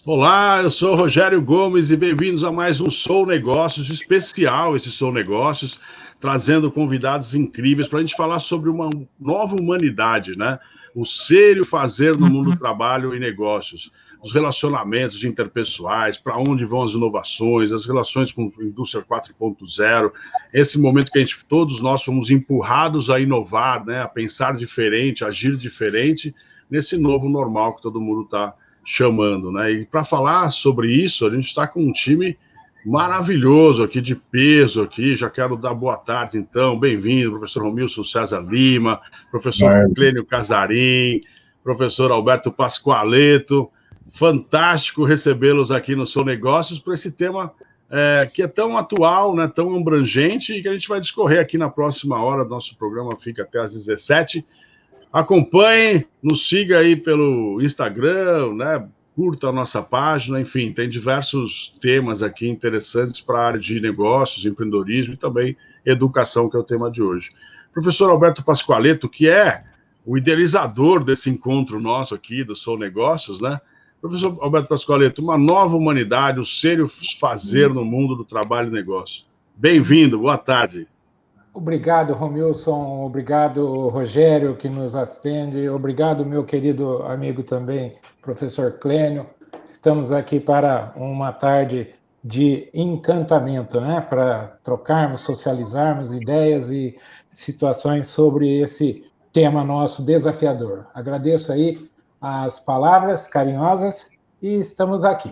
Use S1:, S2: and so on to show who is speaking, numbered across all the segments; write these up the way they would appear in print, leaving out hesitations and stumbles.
S1: Olá, eu sou Rogério Gomes e bem-vindos a mais um Sou Negócios especial, esse Sou Negócios, trazendo convidados incríveis para a gente falar sobre uma nova humanidade, né? O ser e o fazer no mundo do trabalho e negócios, os relacionamentos interpessoais, para onde vão as inovações, as relações com a indústria 4.0, esse momento que todos nós fomos empurrados a inovar, né? A pensar diferente, a agir diferente, nesse novo normal que todo mundo está chamando, né? E para falar sobre isso, a gente está com um time maravilhoso aqui, de peso aqui. Já quero dar boa tarde, então. Bem-vindo, professor Romilson César Lima, professor Clênio Casarim, professor Alberto Pascoaleto. Fantástico recebê-los aqui no Sou Negócios para esse tema que é tão atual, né, tão abrangente, e que a gente vai discorrer aqui na próxima hora. Nosso programa fica até às 17h. Acompanhe, nos siga aí pelo Instagram, né? Curta a nossa página, enfim, tem diversos temas aqui interessantes para a área de negócios, empreendedorismo e também educação, que é o tema de hoje. Professor Alberto Pascoaleto, que é o idealizador desse encontro nosso aqui, do Sou Negócios, né? Professor Alberto Pascoaleto, uma nova humanidade, o ser e o fazer no mundo do trabalho e negócio. Bem-vindo, boa tarde.
S2: Obrigado, Romilson, obrigado, Rogério, que nos atende, obrigado, meu querido amigo também, professor Clênio. Estamos aqui para uma tarde de encantamento, né? Para trocarmos, socializarmos ideias e situações sobre esse tema nosso desafiador. Agradeço aí as palavras carinhosas e estamos aqui.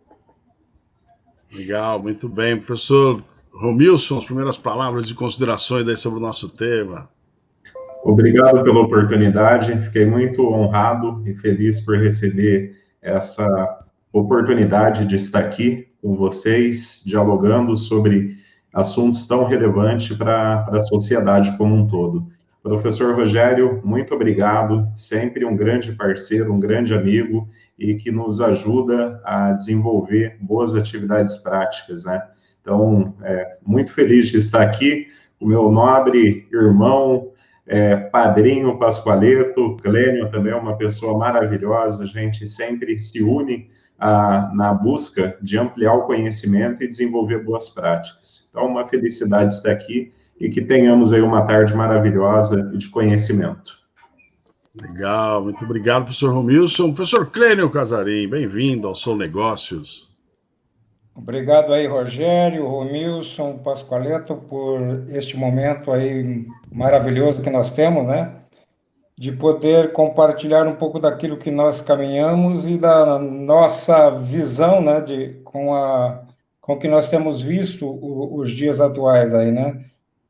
S1: Legal, muito bem, professor Romilson, as primeiras palavras de considerações aí sobre o nosso tema.
S3: Obrigado pela oportunidade, fiquei muito honrado e feliz por receber essa oportunidade de estar aqui com vocês, dialogando sobre assuntos tão relevantes para a sociedade como um todo. Professor Rogério, muito obrigado, sempre um grande parceiro, um grande amigo e que nos ajuda a desenvolver boas atividades práticas, né? Então, muito feliz de estar aqui, o meu nobre irmão, padrinho Pascoaleto, Clênio também é uma pessoa maravilhosa, a gente sempre se une na busca de ampliar o conhecimento e desenvolver boas práticas. Então, uma felicidade estar aqui e que tenhamos aí uma tarde maravilhosa de conhecimento.
S1: Legal, muito obrigado, professor Romilson. Professor Clênio Casarim, bem-vindo ao Sou Negócios.
S4: Obrigado aí, Rogério, Romilson, Pascoaleto, por este momento aí maravilhoso que nós temos, né? De poder compartilhar um pouco daquilo que nós caminhamos e da nossa visão, né? Com o que nós temos visto os dias atuais aí, né?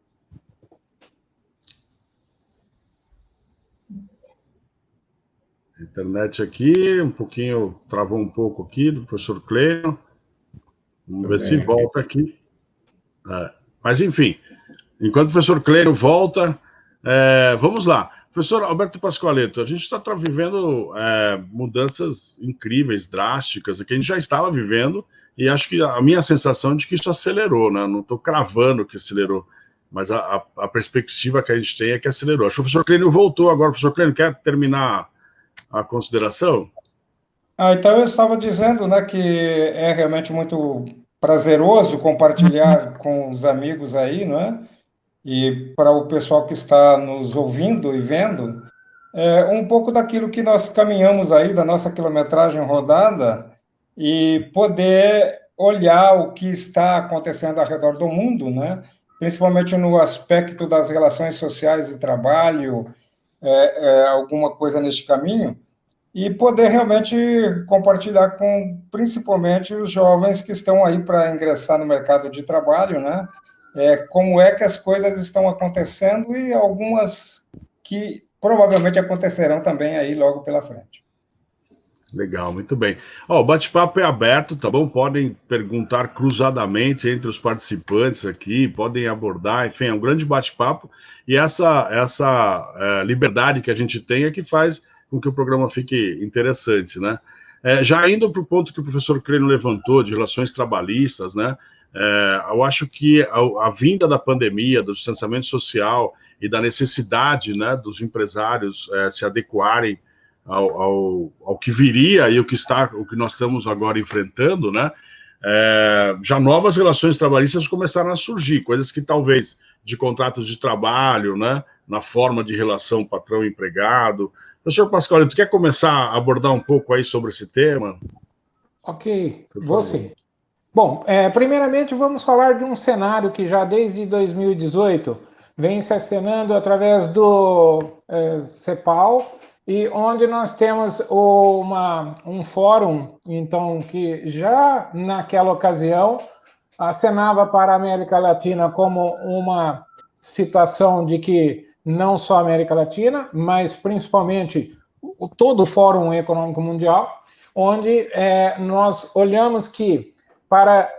S1: A internet aqui, um pouquinho, travou um pouco aqui, do professor Clênio. Vamos ver se volta aqui. Mas, enfim, enquanto o professor Clênio volta, vamos lá. Professor Alberto Pascoaleto, a gente está vivendo mudanças incríveis, drásticas, que a gente já estava vivendo, e acho que a minha sensação é de que isso acelerou, né? Não estou cravando que acelerou, mas a perspectiva que a gente tem é que acelerou. Acho que o professor Clênio voltou agora. Professor Clênio, quer terminar a consideração?
S4: Então eu estava dizendo, né, que é realmente muito prazeroso compartilhar com os amigos aí, né, e para o pessoal que está nos ouvindo e vendo, um pouco daquilo que nós caminhamos aí, da nossa quilometragem rodada, e poder olhar o que está acontecendo ao redor do mundo, né, principalmente no aspecto das relações sociais e trabalho, alguma coisa neste caminho, e poder realmente compartilhar com, principalmente, os jovens que estão aí para ingressar no mercado de trabalho, né? Como é que as coisas estão acontecendo e algumas que provavelmente acontecerão também aí logo pela frente.
S1: Legal, muito bem. O bate-papo é aberto, tá bom? Podem perguntar cruzadamente entre os participantes aqui, podem abordar, enfim, é um grande bate-papo, e essa liberdade que a gente tem é que faz com que o programa fique interessante, né? Já indo para o ponto que o professor Clênio levantou, de relações trabalhistas, né? Eu acho que a vinda da pandemia, do distanciamento social e da necessidade, né, dos empresários se adequarem ao que viria e o que nós estamos agora enfrentando, né? Já novas relações trabalhistas começaram a surgir, coisas que talvez de contratos de trabalho, né? Na forma de relação patrão-empregado. Professor Pasquale, tu quer começar a abordar um pouco aí sobre esse tema?
S2: Ok, vou sim. Bom, primeiramente vamos falar de um cenário que já desde 2018 vem se acenando através do CEPAL, e onde nós temos um fórum, então, que já naquela ocasião acenava para a América Latina como uma situação de que não só a América Latina, mas principalmente todo o Fórum Econômico Mundial, onde nós olhamos que para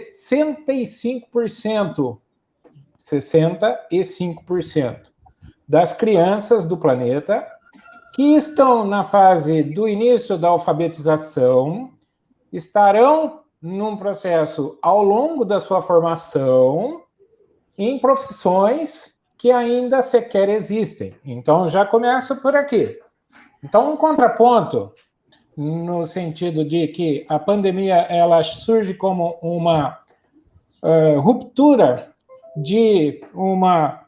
S2: 65% das crianças do planeta que estão na fase do início da alfabetização estarão num processo ao longo da sua formação em profissões que ainda sequer existem. Então, já começa por aqui. Então, um contraponto no sentido de que a pandemia ela surge como uma ruptura de uma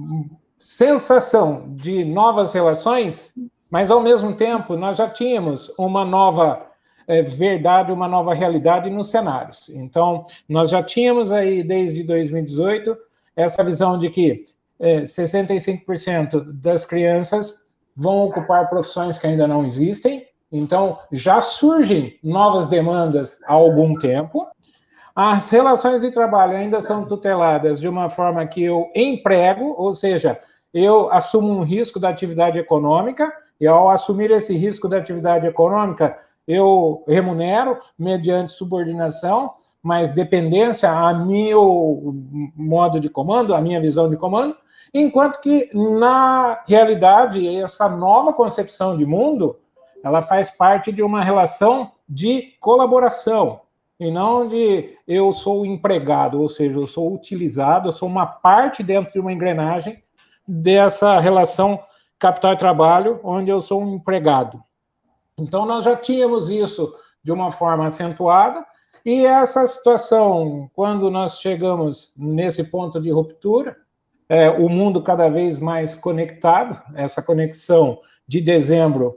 S2: sensação de novas relações, mas, ao mesmo tempo, nós já tínhamos uma nova verdade, uma nova realidade nos cenários. Então, nós já tínhamos aí, desde 2018, essa visão de que 65% das crianças vão ocupar profissões que ainda não existem. Então, já surgem novas demandas há algum tempo. As relações de trabalho ainda são tuteladas de uma forma que eu emprego, ou seja, eu assumo um risco da atividade econômica, e ao assumir esse risco da atividade econômica, eu remunero mediante subordinação, mas dependência a meu modo de comando, a minha visão de comando, enquanto que, na realidade, essa nova concepção de mundo, ela faz parte de uma relação de colaboração, e não de eu sou empregado, ou seja, eu sou utilizado, eu sou uma parte dentro de uma engrenagem dessa relação capital e trabalho, onde eu sou um empregado. Então, nós já tínhamos isso de uma forma acentuada, e essa situação, quando nós chegamos nesse ponto de ruptura, o mundo cada vez mais conectado, essa conexão de dezembro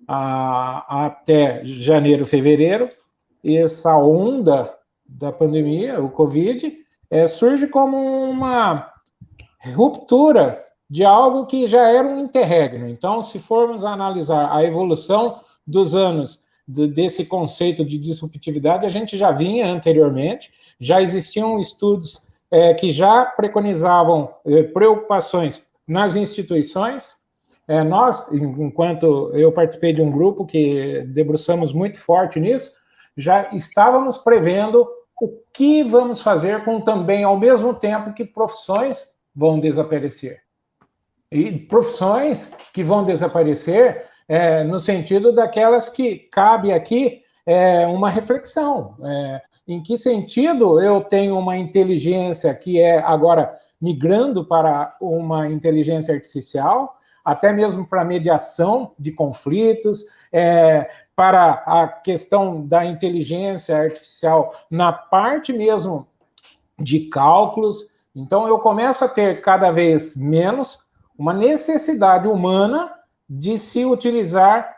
S2: até janeiro, fevereiro, e essa onda da pandemia, o Covid, surge como uma ruptura de algo que já era um interregno. Então, se formos analisar a evolução dos anos desse conceito de disruptividade, a gente já vinha anteriormente, já existiam estudos que já preconizavam preocupações nas instituições. Nós, enquanto eu participei de um grupo que debruçamos muito forte nisso, já estávamos prevendo o que vamos fazer com também, ao mesmo tempo, que profissões vão desaparecer. E profissões que vão desaparecer no sentido daquelas que cabe aqui uma reflexão. Em que sentido eu tenho uma inteligência que é agora migrando para uma inteligência artificial, até mesmo para mediação de conflitos, para a questão da inteligência artificial na parte mesmo de cálculos. Então, eu começo a ter cada vez menos uma necessidade humana de se utilizar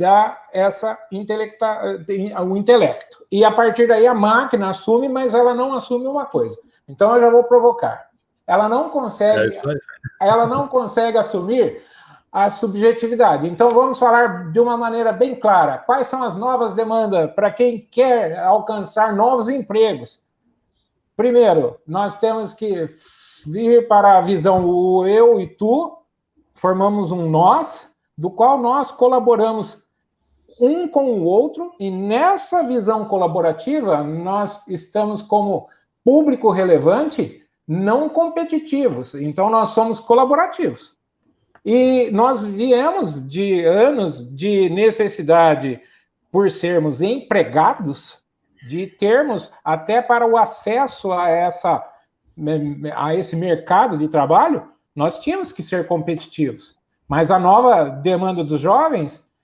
S2: o intelecto. E, a partir daí, a máquina assume, mas ela não assume uma coisa. Então, eu já vou provocar. Ela não consegue assumir a subjetividade. Então, vamos falar de uma maneira bem clara. Quais são as novas demandas para quem quer alcançar novos empregos? Primeiro, nós temos que vir para a visão o eu e tu, formamos um nós, do qual nós colaboramos um com o outro, e nessa visão colaborativa, nós estamos como público relevante, não competitivos. Então, nós somos colaborativos. E nós viemos de anos de necessidade, por sermos empregados, de termos até para o acesso a esse mercado de trabalho, nós tínhamos que ser competitivos. Mas a nova demanda dos jovens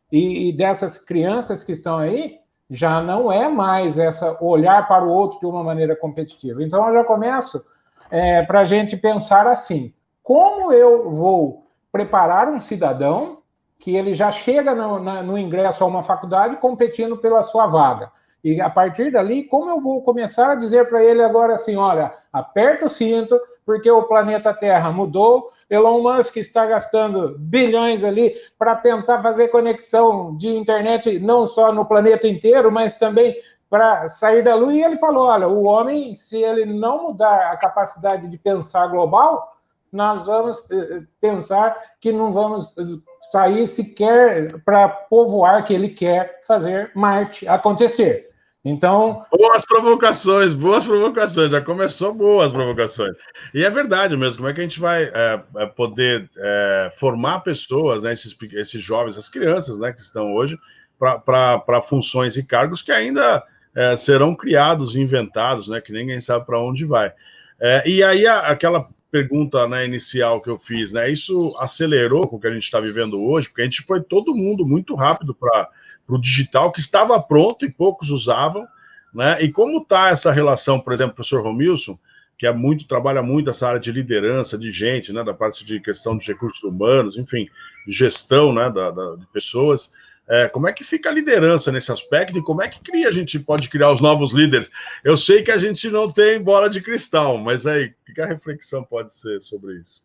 S2: e dessas crianças que estão aí, já não é mais essa olhar para o outro de uma maneira competitiva. Então, eu já começo para a gente pensar assim, como eu vou preparar um cidadão que ele já chega no ingresso a uma faculdade competindo pela sua vaga. E a partir dali, como eu vou começar a dizer para ele agora assim, olha, aperta o cinto, porque o planeta Terra mudou, Elon Musk está gastando bilhões ali para tentar fazer conexão de internet não só no planeta inteiro, mas também para sair da Lua. E ele falou, olha, o homem, se ele não mudar a capacidade de pensar global, nós vamos pensar que não vamos sair sequer para povoar, que ele quer fazer Marte acontecer. Então...
S1: Boas provocações, já começou boas provocações. E é verdade mesmo, como é que a gente vai poder formar pessoas, né, esses jovens, as crianças, né, que estão hoje, para funções e cargos que ainda serão criados e inventados, né, que ninguém sabe para onde vai. E aí aquela pergunta, né, inicial que eu fiz, né, isso acelerou com o que a gente está vivendo hoje, porque a gente foi todo mundo muito rápido para o digital, que estava pronto e poucos usavam, né? E como está essa relação, por exemplo, professor Romilson, que trabalha muito essa área de liderança, de gente, né, da parte de questão de recursos humanos, enfim, de gestão, né, de pessoas, como é que fica a liderança nesse aspecto e como é que a gente pode criar os novos líderes? Eu sei que a gente não tem bola de cristal, mas aí, o que a reflexão pode ser sobre isso?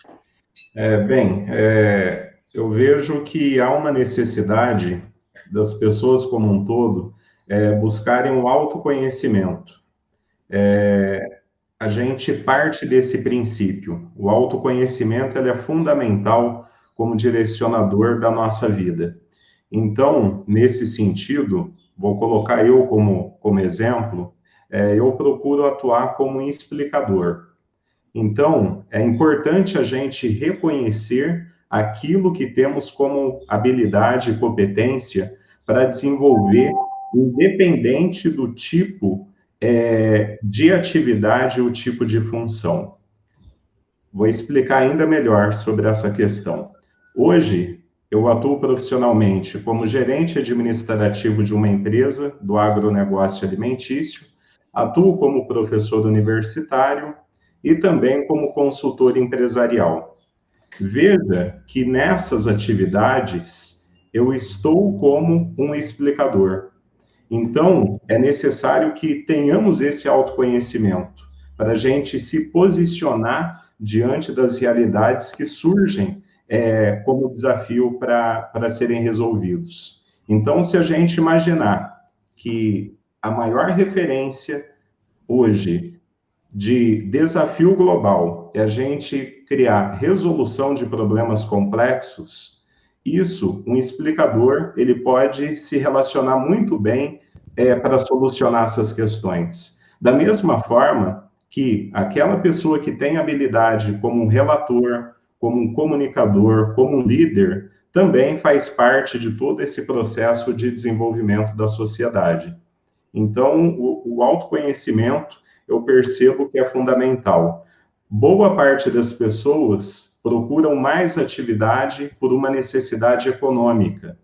S3: Eu vejo que há uma necessidade das pessoas como um todo buscarem o autoconhecimento. A gente parte desse princípio. O autoconhecimento ele é fundamental como direcionador da nossa vida. Então, nesse sentido, vou colocar eu como exemplo, eu procuro atuar como explicador. Então, é importante a gente reconhecer aquilo que temos como habilidade e competência para desenvolver, independente do tipo de atividade ou tipo de função. Vou explicar ainda melhor sobre essa questão. Hoje, eu atuo profissionalmente como gerente administrativo de uma empresa do agronegócio alimentício, atuo como professor universitário e também como consultor empresarial. Veja que nessas atividades eu estou como um explicador. Então, é necessário que tenhamos esse autoconhecimento para a gente se posicionar diante das realidades que surgem como desafio para serem resolvidos. Então, se a gente imaginar que a maior referência hoje de desafio global é a gente criar resolução de problemas complexos, isso, um explicador, ele pode se relacionar muito bem para solucionar essas questões. Da mesma forma que aquela pessoa que tem habilidade como um relator, como um comunicador, como um líder, também faz parte de todo esse processo de desenvolvimento da sociedade. Então, o autoconhecimento, eu percebo que é fundamental. Boa parte das pessoas procuram mais atividade por uma necessidade econômica.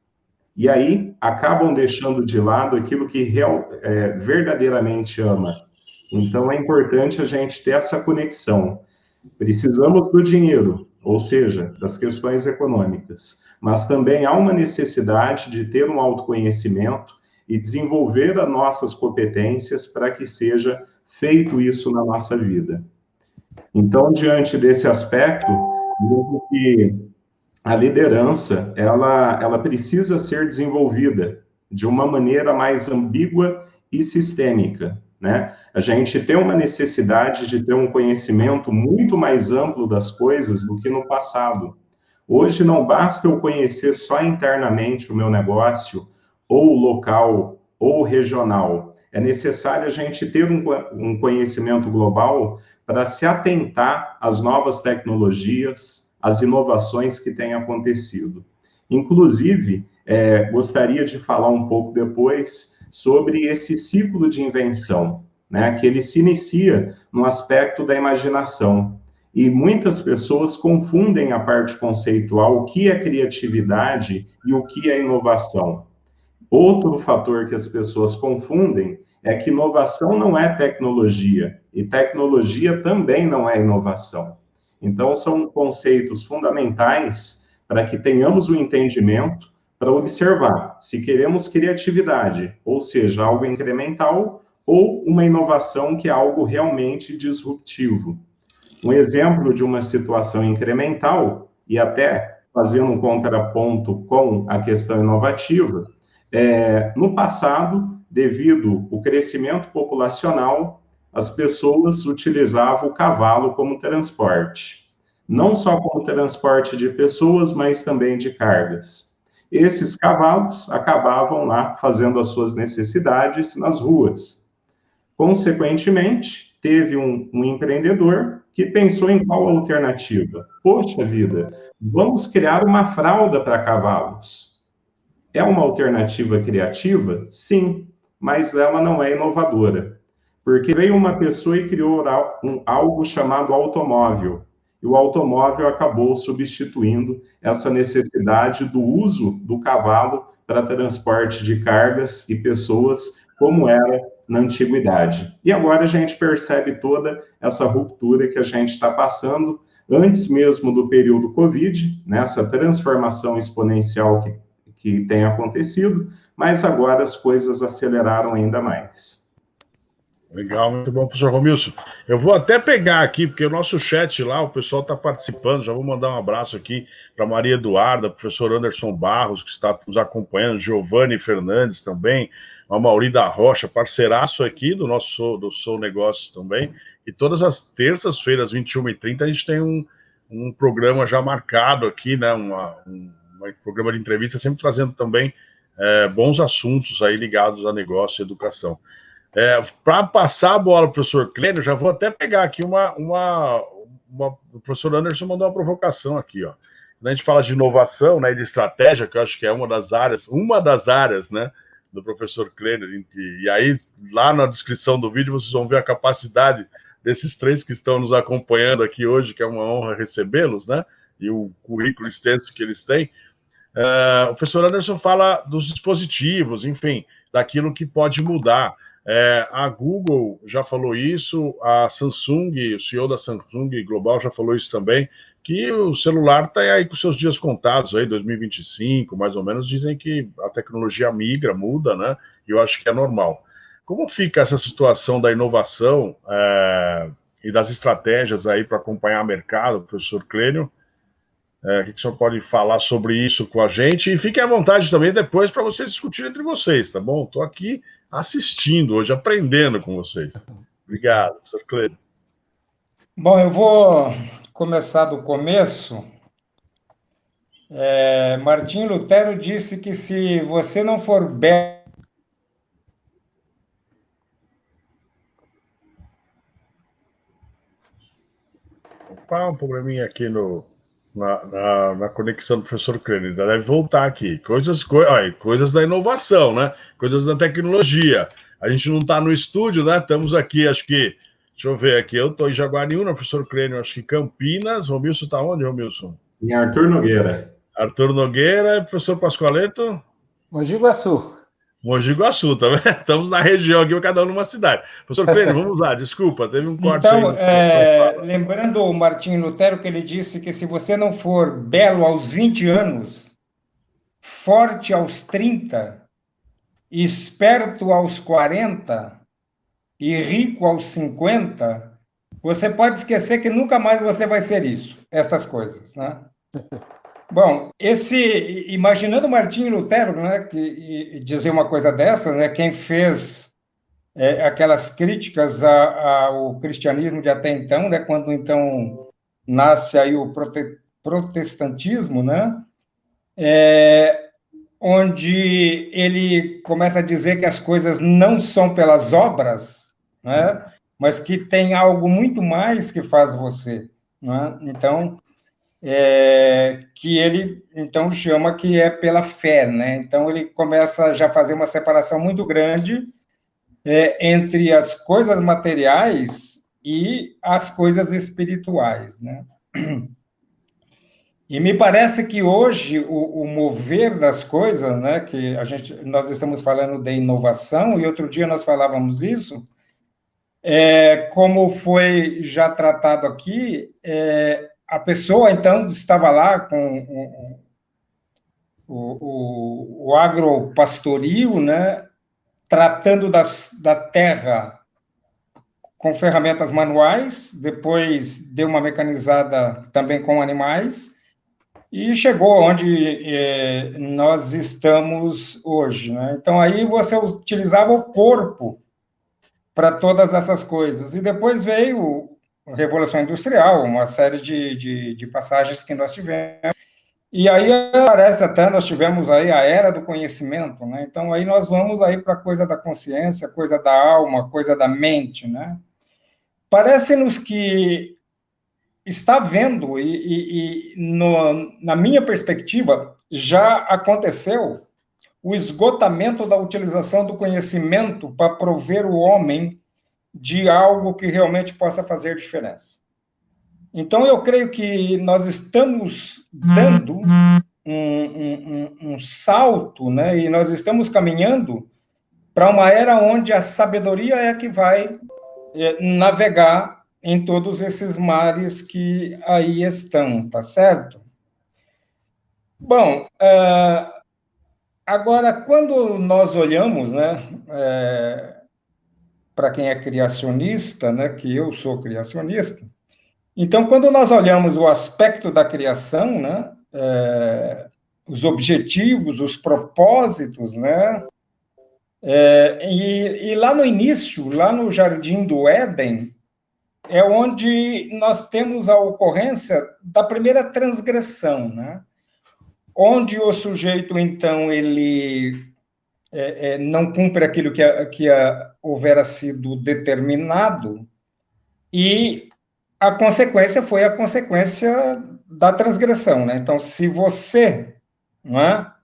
S3: E aí, acabam deixando de lado aquilo que verdadeiramente ama. Então, é importante a gente ter essa conexão. Precisamos do dinheiro, ou seja, das questões econômicas, mas também há uma necessidade de ter um autoconhecimento e desenvolver as nossas competências para que seja feito isso na nossa vida. Então, diante desse aspecto, vejo que a liderança, ela precisa ser desenvolvida de uma maneira mais ambígua e sistêmica, né? A gente tem uma necessidade de ter um conhecimento muito mais amplo das coisas do que no passado. Hoje não basta eu conhecer só internamente o meu negócio, ou local, ou regional. É necessário a gente ter um conhecimento global para se atentar às novas tecnologias, às inovações que têm acontecido. Inclusive, gostaria de falar um pouco depois sobre esse ciclo de invenção, né, que ele se inicia no aspecto da imaginação. E muitas pessoas confundem a parte conceitual, o que é criatividade e o que é inovação. Outro fator que as pessoas confundem é que inovação não é tecnologia, e tecnologia também não é inovação. Então, são conceitos fundamentais para que tenhamos o entendimento para observar se queremos criatividade, ou seja, algo incremental, ou uma inovação que é algo realmente disruptivo. Um exemplo de uma situação incremental, e até fazendo um contraponto com a questão inovativa, no passado, devido ao crescimento populacional, as pessoas utilizavam o cavalo como transporte. Não só como transporte de pessoas, mas também de cargas. Esses cavalos acabavam lá fazendo as suas necessidades nas ruas. Consequentemente, teve um empreendedor que pensou em qual alternativa? Poxa vida, vamos criar uma fralda para cavalos. É uma alternativa criativa? Sim, mas ela não é inovadora. Porque veio uma pessoa e criou algo chamado automóvel. E o automóvel acabou substituindo essa necessidade do uso do cavalo para transporte de cargas e pessoas, como era na antiguidade. E agora a gente percebe toda essa ruptura que a gente está passando, antes mesmo do período Covid, nessa transformação exponencial que tem acontecido, mas agora as coisas aceleraram ainda mais.
S1: Legal, muito bom, professor Romilson. Eu vou até pegar aqui, porque o nosso chat lá, o pessoal está participando, já vou mandar um abraço aqui para Maria Eduarda, professor Anderson Barros, que está nos acompanhando, Giovanni Fernandes também, a Mauri da Rocha, parceiraço aqui do nosso do Sou Negócios também, e todas as terças-feiras, 21h30, a gente tem um programa já marcado aqui, né, um programa de entrevista, sempre trazendo também bons assuntos aí ligados a negócio e educação. Para passar a bola para o professor Clênio, já vou até pegar aqui o professor Anderson mandou uma provocação aqui, ó. Quando a gente fala de inovação, né, de estratégia, que eu acho que é uma das áreas, né, do professor Clênio, e aí, lá na descrição do vídeo, vocês vão ver a capacidade desses três que estão nos acompanhando aqui hoje, que é uma honra recebê-los, né, e o currículo extenso que eles têm. O professor Anderson fala dos dispositivos, enfim, daquilo que pode mudar. A Google já falou isso, a Samsung, o CEO da Samsung Global já falou isso também, que o celular está aí com seus dias contados, aí 2025, mais ou menos, dizem que a tecnologia migra, muda, né? E eu acho que é normal. Como fica essa situação da inovação e das estratégias aí para acompanhar o mercado, professor Clênio? O que o senhor pode falar sobre isso com a gente? E fiquem à vontade também depois para vocês discutirem entre vocês, tá bom? Estou aqui assistindo hoje, aprendendo com vocês. Obrigado, professor Clênio.
S4: Bom, eu vou começar do começo. Martim Lutero disse que se você não for belo...
S1: Opa, um probleminha aqui na conexão do professor Clênio, deve voltar aqui. Coisas da inovação, né? Coisas da tecnologia. A gente não está no estúdio, né? Estamos aqui, acho que... Deixa eu ver aqui. Eu estou em Jaguariúna, professor Clênio, acho que Campinas. Romilson está onde, Romilson?
S3: Em Arthur Nogueira.
S1: Arthur Nogueira. E professor Pascoaleto?
S2: Mogi Guaçu.
S1: Mogi Guaçu, tá vendo? Estamos na região aqui, cada um numa cidade. Professor Clênio, vamos lá, desculpa, teve um corte
S4: então,
S1: aí.
S4: Lembrando o Martim Lutero, que ele disse que se você não for belo aos 20 anos, forte aos 30, esperto aos 40 e rico aos 50, você pode esquecer que nunca mais você vai ser estas coisas, né? Bom, imaginando Martim Lutero, né, que dizer uma coisa dessa, né, quem fez aquelas críticas ao cristianismo de até então, né, quando então nasce aí o protestantismo, né, onde ele começa a dizer que as coisas não são pelas obras, né, mas que tem algo muito mais que faz você, né? Então, que ele, então, chama que é pela fé, né? Então, ele começa já a fazer uma separação muito grande entre as coisas materiais e as coisas espirituais, né? E me parece que hoje o mover das coisas, né, que nós estamos falando de inovação, e outro dia nós falávamos isso, como foi já tratado aqui, a pessoa, então, estava lá com o agropastoril, né, tratando da terra com ferramentas manuais, depois deu uma mecanizada também com animais, e chegou onde nós estamos hoje, né? Então, aí você utilizava o corpo para todas essas coisas. E depois veio a Revolução Industrial, uma série de passagens que nós tivemos. E aí, parece até, nós tivemos aí a era do conhecimento, né? Então, aí nós vamos aí para a coisa da consciência, coisa da alma, coisa da mente, né? Parece-nos que está vendo, na minha perspectiva, já aconteceu o esgotamento da utilização do conhecimento para prover o homem de algo que realmente possa fazer diferença. Então, eu creio que nós estamos dando um salto, né? E nós estamos caminhando para uma era onde a sabedoria é que vai navegar em todos esses mares que aí estão, tá certo? Bom, agora, quando nós olhamos, né, para quem é criacionista, né, que eu sou criacionista, então, quando nós olhamos o aspecto da criação, né, os objetivos, os propósitos, né, e lá no início, lá no Jardim do Éden, é onde nós temos a ocorrência da primeira transgressão, né, onde o sujeito, então, ele não cumpre aquilo que houvera sido determinado, e a consequência foi a consequência da transgressão, né? Então, se você, não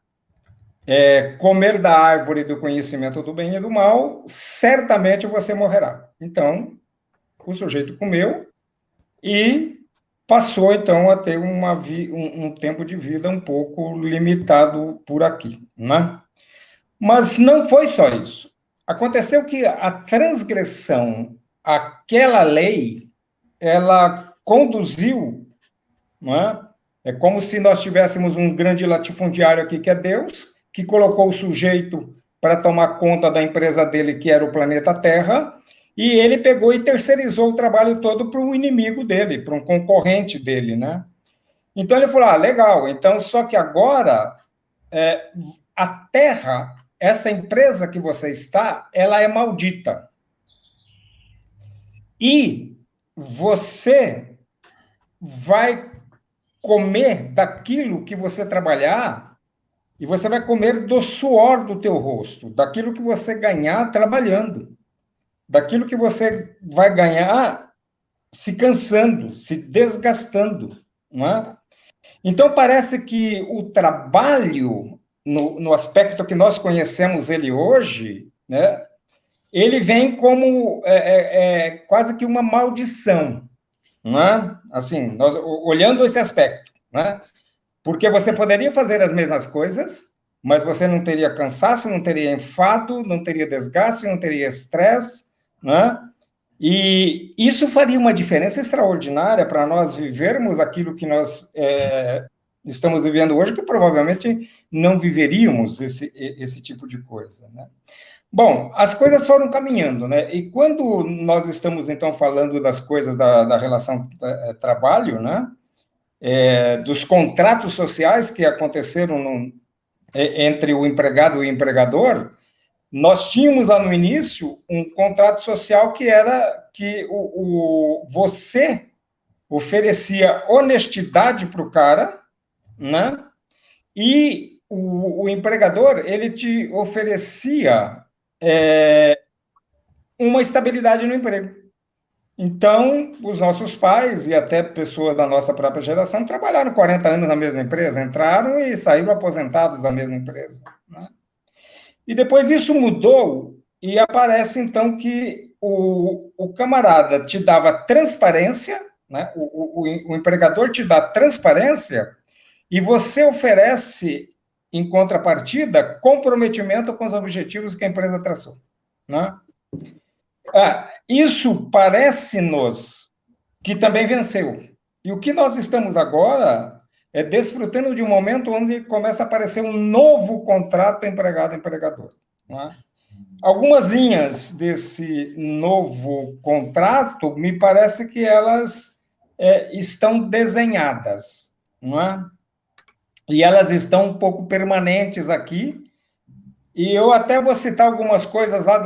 S4: comer da árvore do conhecimento do bem e do mal, certamente você morrerá. Então, o sujeito comeu e passou, então, a ter um tempo de vida um pouco limitado por aqui, né? Mas não foi só isso. Aconteceu que a transgressão àquela lei, ela conduziu, não é? É como se nós tivéssemos um grande latifundiário aqui, que é Deus, que colocou o sujeito para tomar conta da empresa dele, que era o planeta Terra, e ele pegou e terceirizou o trabalho todo para um inimigo dele, para um concorrente dele, né? Então, ele falou, legal, então, só que agora, a Terra, essa empresa que você está, ela é maldita. E você vai comer daquilo que você trabalhar, e você vai comer do suor do teu rosto, daquilo que você ganhar trabalhando, daquilo que você vai ganhar se cansando, se desgastando, não é? Então, parece que o trabalho, no aspecto que nós conhecemos ele hoje, né, ele vem como quase que uma maldição, não é? Assim, nós, olhando esse aspecto, né? Porque você poderia fazer as mesmas coisas, mas você não teria cansaço, não teria enfado, não teria desgaste, não teria estresse, né? E isso faria uma diferença extraordinária para nós vivermos aquilo que nós estamos vivendo hoje, que provavelmente não viveríamos esse tipo de coisa, né? Bom, as coisas foram caminhando, né? E quando nós estamos, então, falando das coisas da relação trabalho, né? Dos contratos sociais que aconteceram entre o empregado e o empregador, nós tínhamos lá no início um contrato social que era que você oferecia honestidade para o cara, né? E o empregador, ele te oferecia uma estabilidade no emprego. Então, os nossos pais e até pessoas da nossa própria geração trabalharam 40 anos na mesma empresa, entraram e saíram aposentados da mesma empresa, né? E depois isso mudou e aparece, então, que o camarada te dava transparência, né? O empregador te dá transparência e você oferece, em contrapartida, comprometimento com os objetivos que a empresa traçou, né? Isso parece-nos que também venceu. E o que nós estamos agora é desfrutando de um momento onde começa a aparecer um novo contrato empregado-empregador, né? Algumas linhas desse novo contrato, me parece que elas estão desenhadas, não é? E elas estão um pouco permanentes aqui, e eu até vou citar algumas coisas lá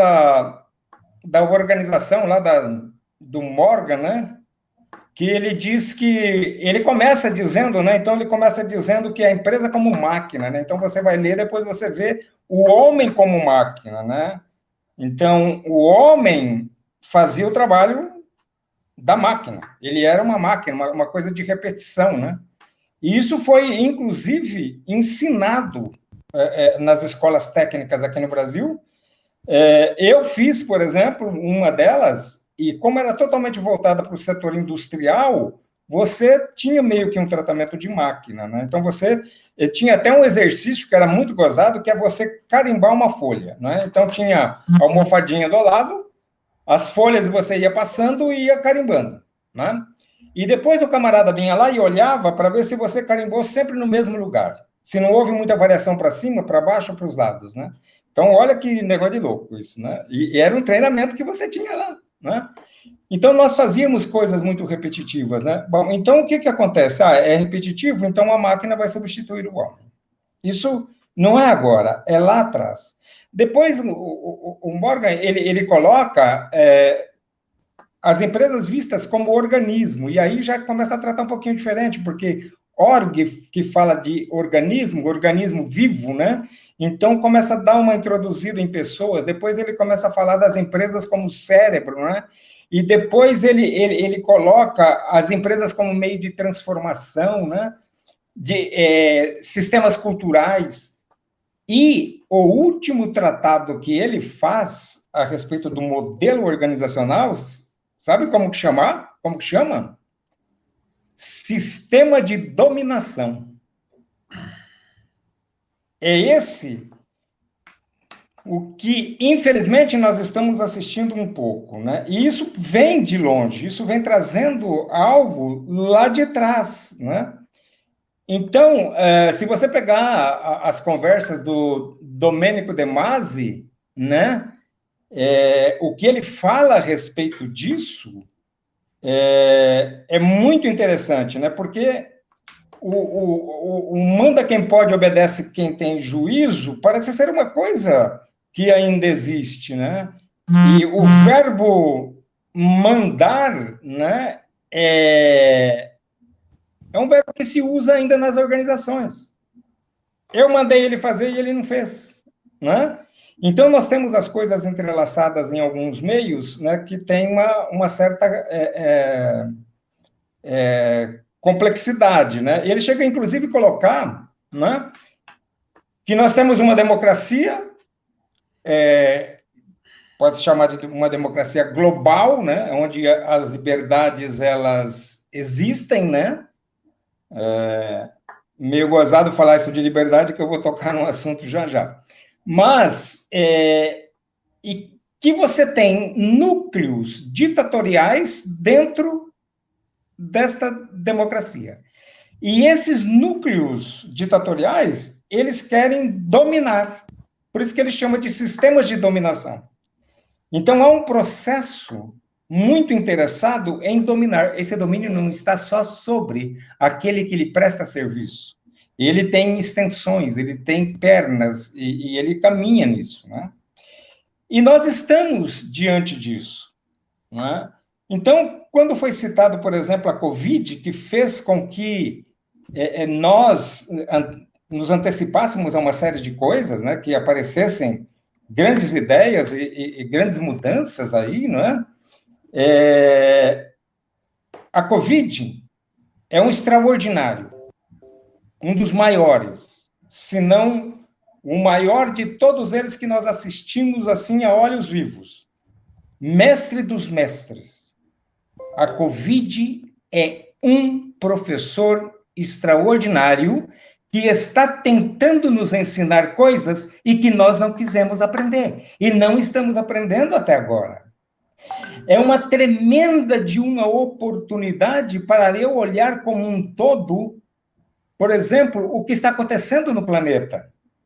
S4: da organização, lá do Morgan, né? Que ele diz que, ele começa dizendo, né? Então, ele começa dizendo que a empresa como máquina, né? Então, você vai ler, depois você vê o homem como máquina, né? Então, o homem fazia o trabalho da máquina. Ele era uma máquina, uma coisa de repetição, né? E isso foi, inclusive, ensinado nas escolas técnicas aqui no Brasil. Eu fiz, por exemplo, uma delas, e como era totalmente voltada para o setor industrial, você tinha meio que um tratamento de máquina, né? Então, você tinha até um exercício que era muito gozado, que é você carimbar uma folha, né? Então, tinha a almofadinha do lado, as folhas você ia passando e ia carimbando, né? E depois o camarada vinha lá e olhava para ver se você carimbou sempre no mesmo lugar, se não houve muita variação para cima, para baixo ou para os lados, né? Então, olha que negócio de louco isso, né? E era um treinamento que você tinha lá, né? Então, nós fazíamos coisas muito repetitivas, né? Bom, então, o que acontece? É repetitivo, então a máquina vai substituir o homem. Isso não é agora, é lá atrás. Depois, o Morgan, ele coloca as empresas vistas como organismo, e aí já começa a tratar um pouquinho diferente, porque org, que fala de organismo vivo, né? Então, começa a dar uma introduzida em pessoas, depois ele começa a falar das empresas como cérebro, né? E depois ele coloca as empresas como meio de transformação, né? De sistemas culturais. E o último tratado que ele faz a respeito do modelo organizacional, sabe como que chama? Como que chama? Sistema de dominação. É esse o que, infelizmente, nós estamos assistindo um pouco, né? E isso vem de longe, isso vem trazendo algo lá de trás, né? Então, se você pegar as conversas do Domenico De Masi, né? O que ele fala a respeito disso é muito interessante, né? Porque o manda quem pode, obedece quem tem juízo, parece ser uma coisa que ainda existe, né? E o verbo mandar, né, é um verbo que se usa ainda nas organizações. Eu mandei ele fazer e ele não fez, né? Então, nós temos as coisas entrelaçadas em alguns meios, né, que tem uma certa complexidade, né? Ele chega, inclusive, a colocar, né, que nós temos uma democracia, pode se chamar de uma democracia global, né, onde as liberdades, elas existem, né? Meio gozado falar isso de liberdade, que eu vou tocar num assunto já já. Mas, e que você tem núcleos ditatoriais dentro desta democracia. E esses núcleos ditatoriais, eles querem dominar. Por isso que eles chamam de sistemas de dominação. Então, há um processo muito interessado em dominar. Esse domínio não está só sobre aquele que lhe presta serviço. Ele tem extensões, ele tem pernas, e ele caminha nisso, né? E nós estamos diante disso, né? Então, quando foi citado, por exemplo, a Covid, que fez com que nós nos antecipássemos a uma série de coisas, né, que aparecessem grandes ideias e grandes mudanças aí, não é? A Covid é um extraordinário, um dos maiores, se não o maior de todos eles que nós assistimos assim a olhos vivos, mestre dos mestres. A Covid é um professor extraordinário que está tentando nos ensinar coisas e que nós não quisemos aprender. E não estamos aprendendo até agora. É uma tremenda de uma oportunidade para eu olhar como um todo, por exemplo, o que está acontecendo no planeta.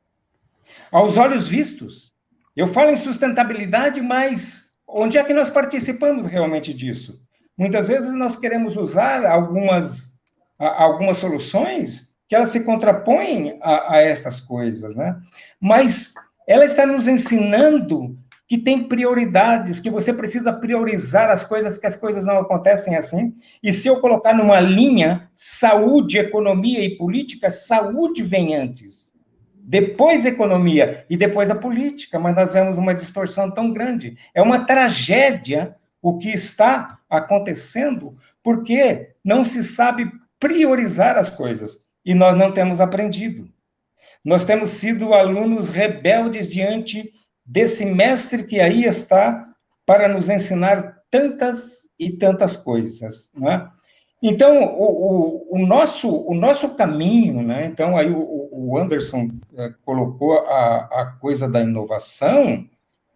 S4: Aos olhos vistos. Eu falo em sustentabilidade, mas onde é que nós participamos realmente disso? Muitas vezes nós queremos usar algumas soluções que elas se contrapõem a estas coisas, né? Mas ela está nos ensinando que tem prioridades, que você precisa priorizar as coisas, que as coisas não acontecem assim. E se eu colocar numa linha saúde, economia e política, saúde vem antes. Depois economia e depois a política, mas nós vemos uma distorção tão grande. É uma tragédia o que está acontecendo, porque não se sabe priorizar as coisas. E nós não temos aprendido. Nós temos sido alunos rebeldes diante desse mestre que aí está para nos ensinar tantas e tantas coisas, né? Então, o nosso caminho, né? Então, aí o Anderson colocou a coisa da inovação.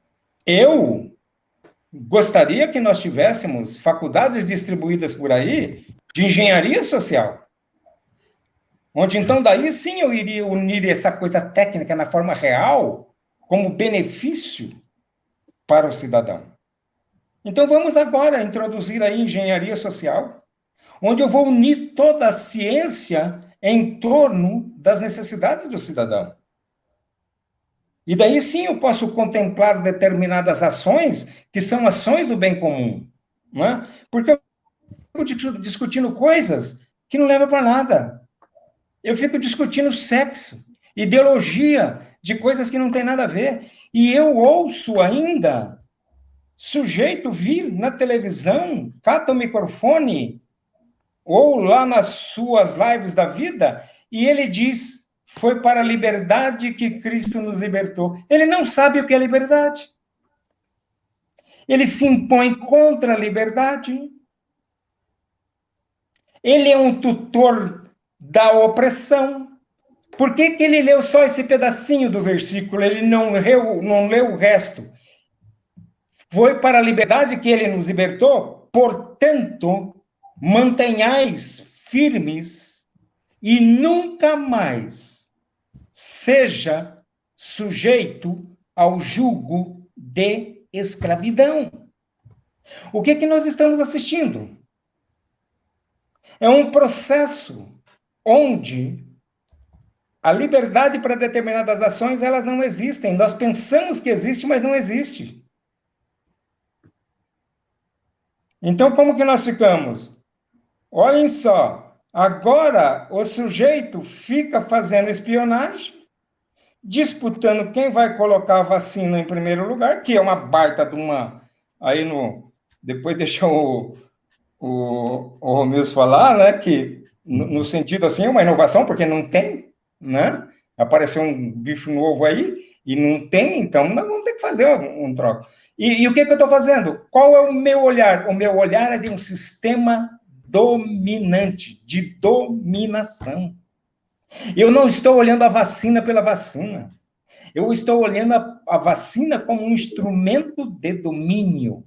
S4: Eu gostaria que nós tivéssemos faculdades distribuídas por aí de engenharia social, onde, então, daí sim eu iria unir essa coisa técnica na forma real, como benefício para o cidadão. Então, vamos agora introduzir aí engenharia social, onde eu vou unir toda a ciência em torno das necessidades do cidadão. E daí sim eu posso contemplar determinadas ações que são ações do bem comum, não é? Porque eu fico discutindo coisas que não levam para nada. Eu fico discutindo sexo, ideologia de coisas que não tem nada a ver. E eu ouço ainda sujeito vir na televisão, cata o microfone, ou lá nas suas lives da vida, e ele diz, foi para a liberdade que Cristo nos libertou. Ele não sabe o que é liberdade. Ele se impõe contra a liberdade. Ele é um tutor da opressão. Por que ele leu só esse pedacinho do versículo? Ele não leu o resto. Foi para a liberdade que ele nos libertou, portanto, mantenhais firmes e nunca mais seja sujeito ao jugo de escravidão. O que nós estamos assistindo? É um processo onde a liberdade para determinadas ações, elas não existem. Nós pensamos que existe, mas não existe. Então, como que nós ficamos? Olhem só, agora o sujeito fica fazendo espionagem, disputando quem vai colocar a vacina em primeiro lugar, que é uma baita de uma... Aí depois deixa o Romilson falar, né, que no sentido assim, é uma inovação, porque não tem, né? Apareceu um bicho novo aí e não tem, então nós vamos ter que fazer um troco. E o que eu estou fazendo? Qual é o meu olhar? O meu olhar é de um sistema dominante, de dominação. Eu não estou olhando a vacina pela vacina. Eu estou olhando a vacina como um instrumento de domínio.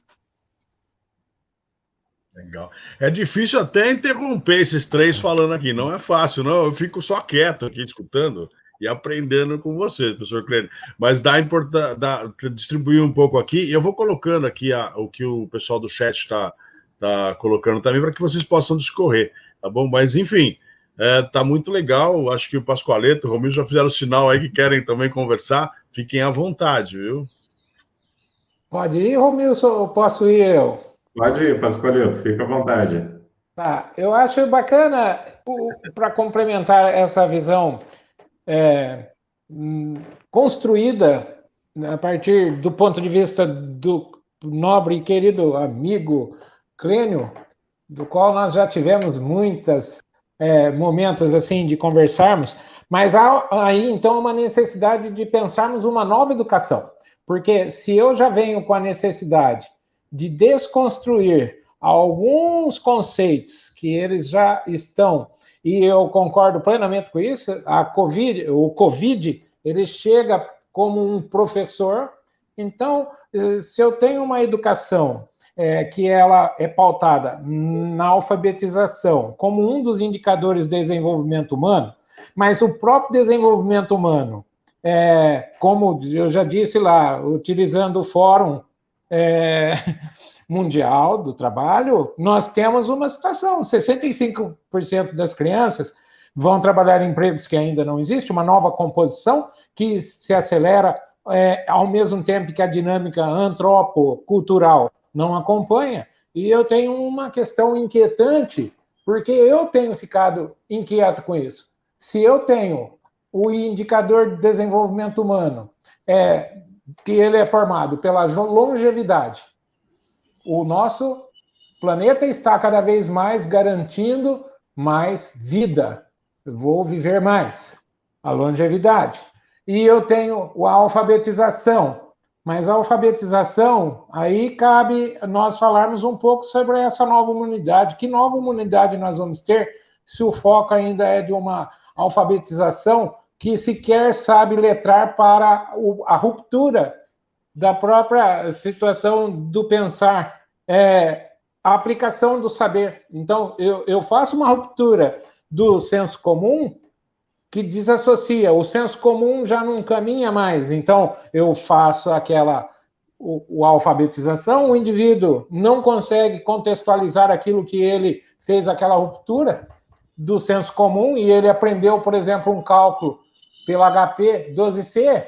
S1: Legal. É difícil até interromper esses três falando aqui. Não é fácil, não. Eu fico só quieto aqui, escutando e aprendendo com você, professor Clênio. Mas dá distribuir um pouco aqui. Eu vou colocando aqui o que o pessoal do chat está colocando também, para que vocês possam discorrer, tá bom? Mas, enfim, tá muito legal. Acho que o Pascoaleto, o Romilson já fizeram o sinal aí que querem também conversar. Fiquem à vontade, viu?
S2: Pode ir, Romilson, ou posso ir eu?
S3: Pode ir, Pascoaleto, fica à vontade.
S2: Tá, eu acho bacana, para complementar essa visão construída a partir do ponto de vista do nobre e querido amigo Clênio, do qual nós já tivemos muitos momentos assim de conversarmos, Mas há aí, então, uma necessidade de pensarmos uma nova educação. Porque se eu já venho com a necessidade de desconstruir alguns conceitos que eles já estão, e eu concordo plenamente com isso, o Covid, ele chega como um professor. Então, se eu tenho uma educação que ela é pautada na alfabetização como um dos indicadores de desenvolvimento humano, mas o próprio desenvolvimento humano, como eu já disse lá, utilizando o Fórum Mundial do Trabalho, nós temos uma situação: 65% das crianças vão trabalhar em empregos que ainda não existem, uma nova composição que se acelera ao mesmo tempo que a dinâmica antropocultural não acompanha. E eu tenho uma questão inquietante, porque eu tenho ficado inquieto com isso. Se eu tenho o indicador de desenvolvimento humano, que ele é formado pela longevidade, o nosso planeta está cada vez mais garantindo mais vida. Eu vou viver mais, a longevidade. E eu tenho a alfabetização, mas a alfabetização, aí cabe nós falarmos um pouco sobre essa nova humanidade. Que nova humanidade nós vamos ter se o foco ainda é de uma alfabetização que sequer sabe letrar para a ruptura da própria situação do pensar, a aplicação do saber. Então, eu faço uma ruptura do senso comum que desassocia. O senso comum já não caminha mais. Então, eu faço a alfabetização, o indivíduo não consegue contextualizar aquilo que ele fez, aquela ruptura do senso comum, e ele aprendeu, por exemplo, um cálculo pelo HP 12C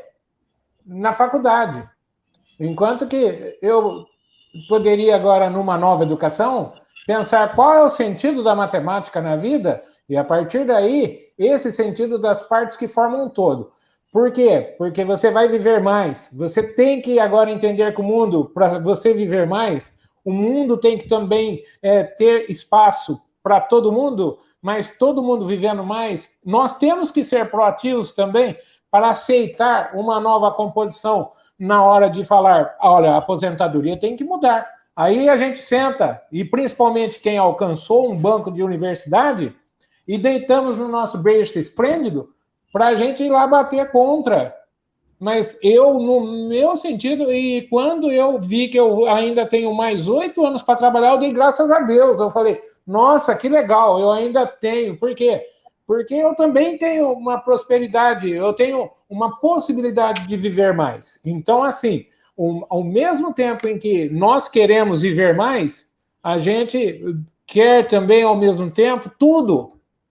S2: na faculdade. Enquanto que eu poderia agora, numa nova educação, pensar qual é o sentido da matemática na vida, e a partir daí, esse sentido das partes que formam um todo. Por quê? Porque você vai viver mais. Você tem que agora entender que o mundo, para você viver mais, o mundo tem que também ter espaço para todo mundo, mas todo mundo vivendo mais, nós temos que ser proativos também para aceitar uma nova composição na hora de falar, olha, a aposentadoria tem que mudar. Aí a gente senta, e principalmente quem alcançou um banco de universidade, e deitamos no nosso berço esplêndido para a gente ir lá bater contra. Mas eu, no meu sentido, e quando eu vi que eu ainda tenho mais 8 anos para trabalhar, eu dei graças a Deus. Eu falei, nossa, que legal, eu ainda tenho. Por quê? Porque eu também tenho uma prosperidade, eu tenho uma possibilidade de viver mais. Então, assim, ao mesmo tempo em que nós queremos viver mais, a gente quer também, ao mesmo tempo, tudo.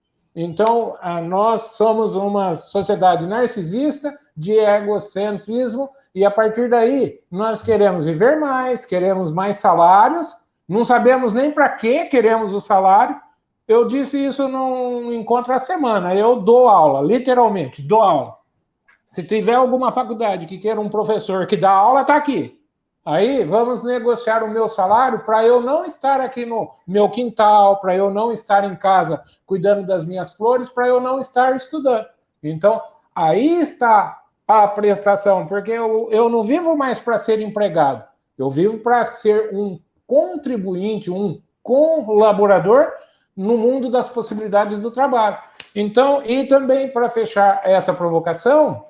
S2: Então, nós somos uma sociedade narcisista, de egocentrismo, e a partir daí, nós queremos viver mais, queremos mais salários, não sabemos nem para que queremos o salário. Eu disse isso num encontro à semana, eu dou aula, literalmente, dou aula. Se tiver alguma faculdade que queira um professor que dá aula, está aqui. Aí vamos negociar o meu salário para eu não estar aqui no meu quintal, para eu não estar em casa cuidando das minhas flores, para eu não estar estudando. Então, aí está a prestação, porque eu não vivo mais para ser empregado, eu vivo para ser um contribuinte, um colaborador no mundo das possibilidades do trabalho. Então, e também para fechar essa provocação,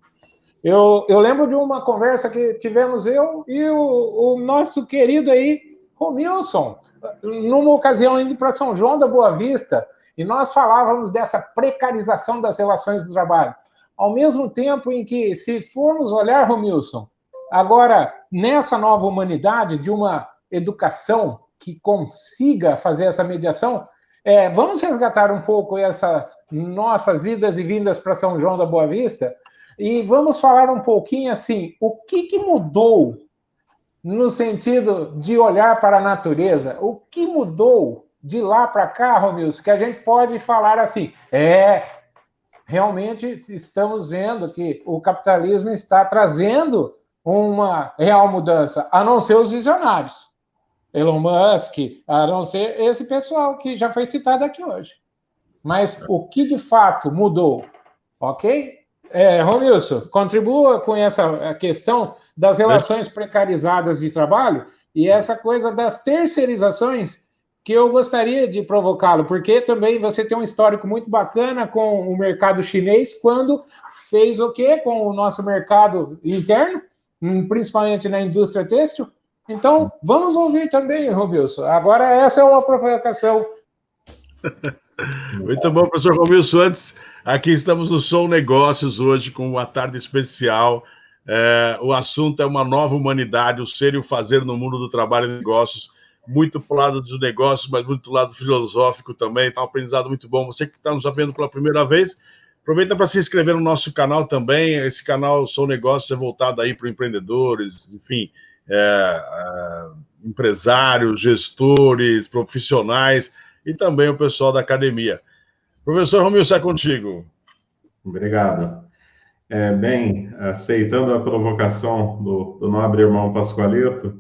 S2: eu lembro de uma conversa que tivemos eu e o nosso querido aí, Romilson, numa ocasião indo para São João da Boa Vista, e nós falávamos dessa precarização das relações de trabalho. Ao mesmo tempo em que, se formos olhar, Romilson, agora, nessa nova humanidade, de uma educação que consiga fazer essa mediação, vamos resgatar um pouco essas nossas idas e vindas para São João da Boa Vista, e vamos falar um pouquinho assim, o que mudou no sentido de olhar para a natureza? O que mudou de lá para cá, Romilson, que a gente pode falar assim, realmente estamos vendo que o capitalismo está trazendo uma real mudança, a não ser os visionários. Elon Musk, a não ser esse pessoal que já foi citado aqui hoje. Mas o que de fato mudou? Ok? Romilson, contribua com essa questão das relações precarizadas de trabalho e essa coisa das terceirizações que eu gostaria de provocá-lo, porque também você tem um histórico muito bacana com o mercado chinês, quando fez o quê com o nosso mercado interno, principalmente na indústria têxtil. Então, vamos ouvir também, Romilson. Agora, essa é uma provocação.
S1: Muito bom, professor Romilson. Antes, aqui estamos no Som Negócios hoje com uma tarde especial. O assunto é uma nova humanidade, o ser e o fazer no mundo do trabalho e negócios. Muito para o lado dos negócios, mas muito do lado filosófico também. Está um aprendizado muito bom. Você que está nos vendo pela primeira vez, aproveita para se inscrever no nosso canal também. Esse canal Som Negócios é voltado aí para empreendedores, enfim, empresários, gestores, profissionais e também o pessoal da academia. Professor Romilson, é contigo.
S3: Obrigado. Bem, aceitando a provocação do nobre irmão Pascoaleto,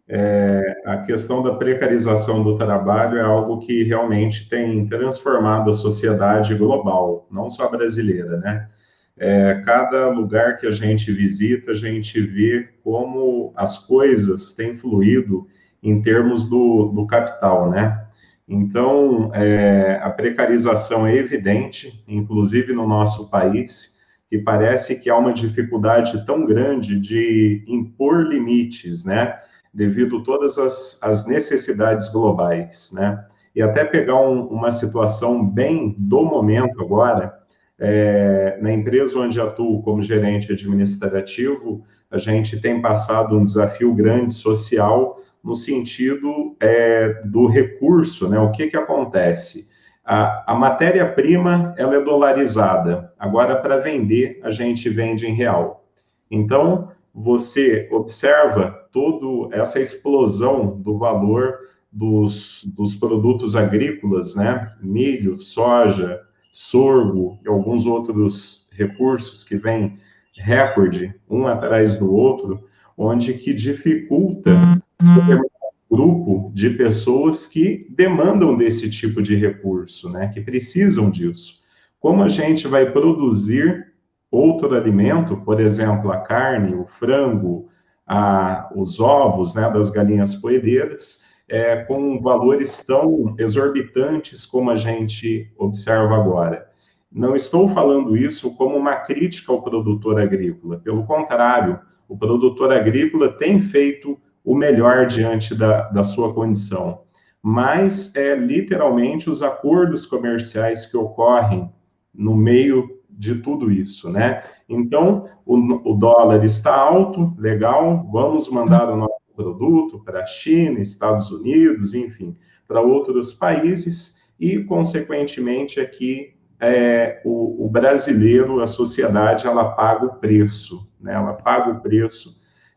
S3: a questão da precarização do trabalho é algo que realmente tem transformado a sociedade global, não só brasileira, né? Cada lugar que a gente visita, a gente vê como as coisas têm fluído em termos do capital, né? Então, a precarização é evidente, inclusive no nosso país, que parece que há uma dificuldade tão grande de impor limites, né? Devido a todas as necessidades globais, né? E até pegar uma situação bem do momento agora, na empresa onde atuo como gerente administrativo, a gente tem passado um desafio grande social no sentido do recurso, né? O que acontece? A matéria-prima, ela é dolarizada. Agora, para vender, a gente vende em real. Então, você observa toda essa explosão do valor dos produtos agrícolas, né? Milho, soja, sorgo e alguns outros recursos que vêm recorde, um atrás do outro, onde que dificulta um grupo de pessoas que demandam desse tipo de recurso, né? Que precisam disso. Como a gente vai produzir outro alimento, por exemplo, a carne, o frango, os ovos, né, das galinhas poedeiras, com valores tão exorbitantes como a gente observa agora. Não estou falando isso como uma crítica ao produtor agrícola, pelo contrário, o produtor agrícola tem feito o melhor diante da sua condição, mas literalmente os acordos comerciais que ocorrem no meio de tudo isso, né? Então, o dólar está alto, legal, vamos mandar o nosso produto para a China, Estados Unidos, enfim, para outros países e, consequentemente, aqui o brasileiro, a sociedade, ela paga o preço, né? Ela paga o preço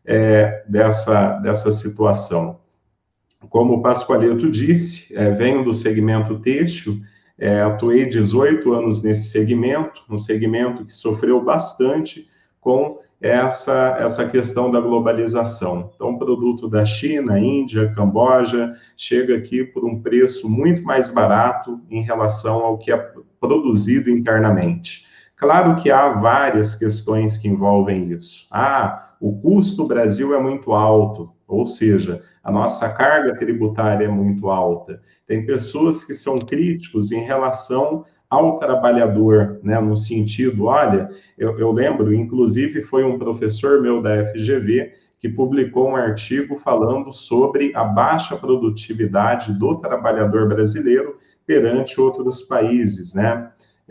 S3: dessa situação. Como o Pascoaleto disse, venho do segmento têxtil, atuei 18 anos nesse segmento, um segmento que sofreu bastante com essa questão da globalização. Então, produto da China, Índia, Camboja, chega aqui por um preço muito mais barato em relação ao que é produzido internamente. Claro que há várias questões que envolvem isso. O custo do Brasil é muito alto, ou seja, a nossa carga tributária é muito alta. Tem pessoas que são críticos em relação ao trabalhador, né, no sentido, olha, eu lembro, inclusive foi um professor meu da FGV que publicou um artigo falando sobre a baixa produtividade do trabalhador brasileiro perante outros países, né?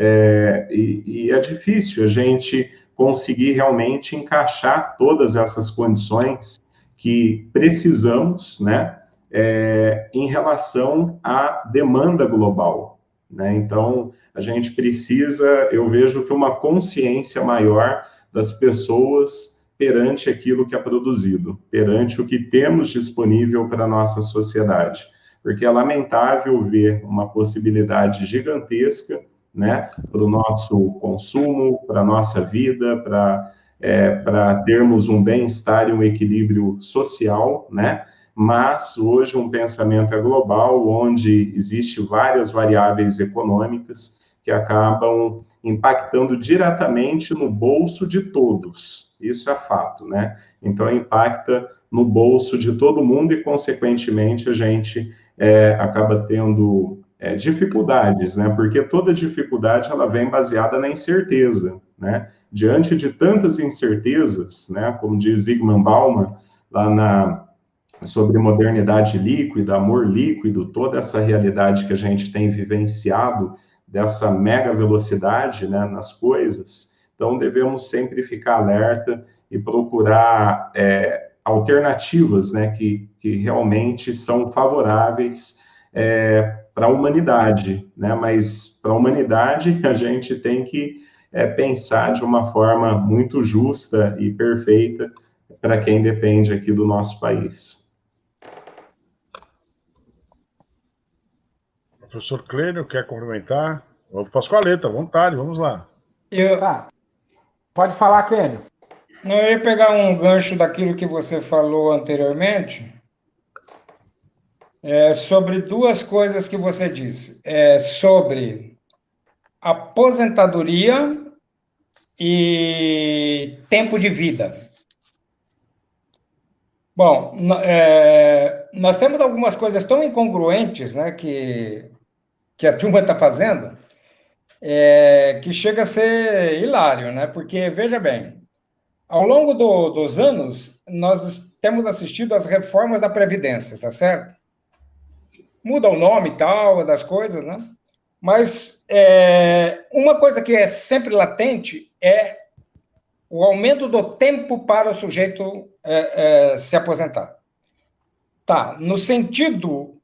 S3: E é difícil a gente conseguir realmente encaixar todas essas condições que precisamos, né, em relação à demanda global, né? Então, a gente precisa, eu vejo que uma consciência maior das pessoas perante aquilo que é produzido, perante o que temos disponível para a nossa sociedade, porque é lamentável ver uma possibilidade gigantesca, né, para o nosso consumo, para a nossa vida, para termos um bem-estar e um equilíbrio social, né? Mas hoje um pensamento global, onde existe várias variáveis econômicas que acabam impactando diretamente no bolso de todos. Isso é fato, né? Então, impacta no bolso de todo mundo e, consequentemente, a gente acaba tendo dificuldades, né? Porque toda dificuldade, ela vem baseada na incerteza, né? Diante de tantas incertezas, né? Como diz Zygmunt Bauman, lá sobre modernidade líquida, amor líquido, toda essa realidade que a gente tem vivenciado, dessa mega velocidade, né, nas coisas, então devemos sempre ficar alerta e procurar alternativas, né, que realmente são favoráveis para a humanidade, né, mas para a humanidade a gente tem que pensar de uma forma muito justa e perfeita para quem depende aqui do nosso país.
S1: Professor Clênio, quer complementar? Pascoaleta, à vontade, vamos lá.
S2: Tá. Pode falar, Clênio.
S4: Não, eu ia pegar um gancho daquilo que você falou anteriormente, sobre duas coisas que você disse. Sobre aposentadoria e tempo de vida. Bom, nós temos algumas coisas tão incongruentes, né, que a turma está fazendo, que chega a ser hilário, né? Porque, veja bem, ao longo dos anos, nós temos assistido às reformas da Previdência, tá certo? Muda o nome e tal, das coisas, né? Mas uma coisa que é sempre latente é o aumento do tempo para o sujeito se aposentar. Tá, no sentido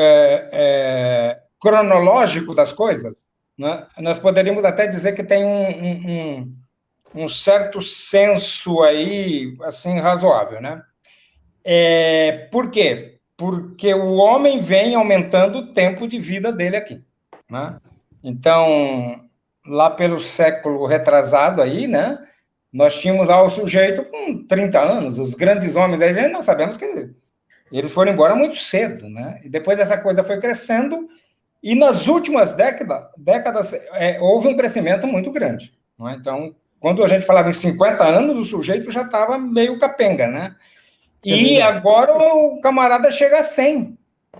S4: cronológico das coisas, né, nós poderíamos até dizer que tem um certo senso aí, assim, razoável, né? Por quê? Porque o homem vem aumentando o tempo de vida dele aqui, né? Então, lá pelo século retrasado aí, né, nós tínhamos lá o sujeito com 30 anos, os grandes homens aí, nós sabemos que eles foram embora muito cedo, né? E depois essa coisa foi crescendo, e nas últimas décadas houve um crescimento muito grande, não é? Então, quando a gente falava em 50 anos, o sujeito já estava meio capenga, né? E agora o camarada chega a 100.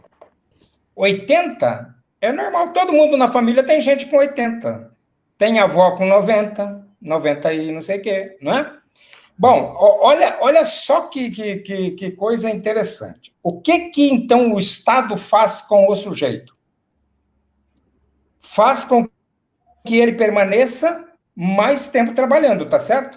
S4: 80 é normal, todo mundo na família tem gente com 80. Tem avó com 90 e não sei o quê, não é? Bom, olha só que coisa interessante. O que então o Estado faz com o sujeito? Faz com que ele permaneça mais tempo trabalhando, tá certo?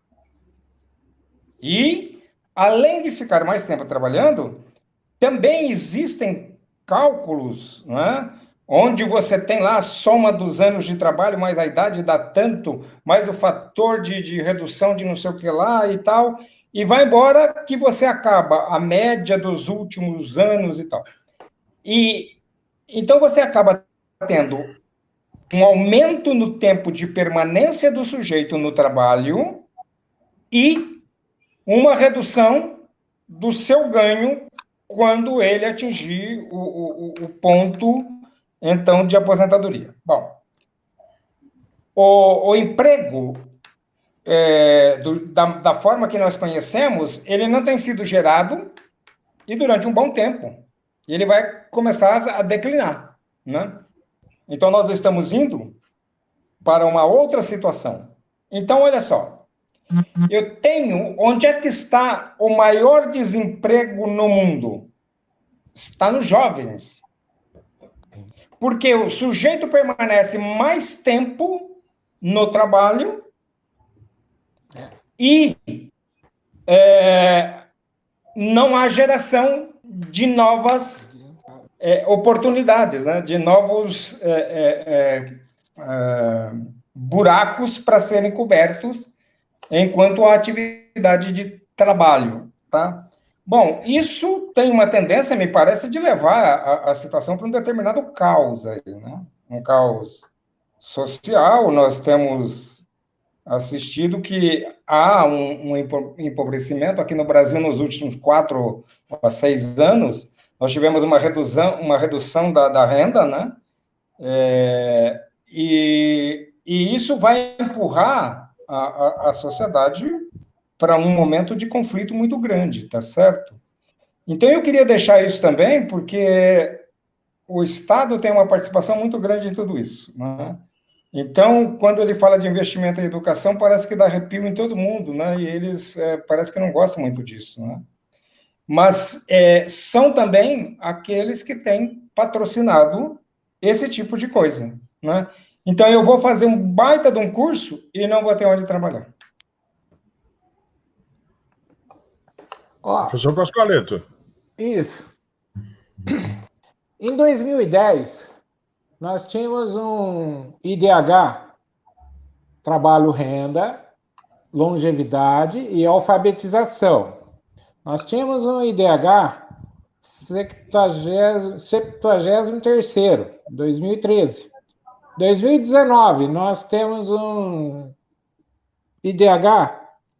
S4: E, além de ficar mais tempo trabalhando, também existem cálculos, não é? Onde você tem lá a soma dos anos de trabalho, mais a idade dá tanto, mais o fator de redução de não sei o que lá e tal, e vai embora que você acaba a média dos últimos anos e tal. E então você acaba tendo um aumento no tempo de permanência do sujeito no trabalho e uma redução do seu ganho quando ele atingir o ponto, então, de aposentadoria. Bom, o emprego, da forma que nós conhecemos, ele não tem sido gerado e durante um bom tempo. Ele vai começar a declinar, né? Então, nós estamos indo para uma outra situação. Então, olha só, eu tenho... Onde é que está o maior desemprego no mundo? Está nos jovens. Porque o sujeito permanece mais tempo no trabalho e não há geração de novas oportunidades, né? De novos buracos para serem cobertos enquanto a atividade de trabalho, tá? Bom, isso tem uma tendência, me parece, de levar a situação para um determinado caos aí, né? Um caos social. Nós temos assistido que há um empobrecimento aqui no Brasil nos últimos 4 a 6 anos. Nós tivemos uma redução da renda, né? E isso vai empurrar a sociedade para um momento de conflito muito grande, tá certo? Então, eu queria deixar isso também, porque o Estado tem uma participação muito grande em tudo isso, né? Então, quando ele fala de investimento em educação, parece que dá arrepio em todo mundo, né? E eles parece que não gostam muito disso, né? Mas são também aqueles que têm patrocinado esse tipo de coisa, né? Então, eu vou fazer um baita de um curso e não vou ter onde trabalhar.
S1: Professor Pascoaleto.
S2: Isso. Em 2010, nós tínhamos um IDH, trabalho, renda, longevidade e alfabetização. Nós tínhamos um IDH 73º, 2013. 2019, nós temos um IDH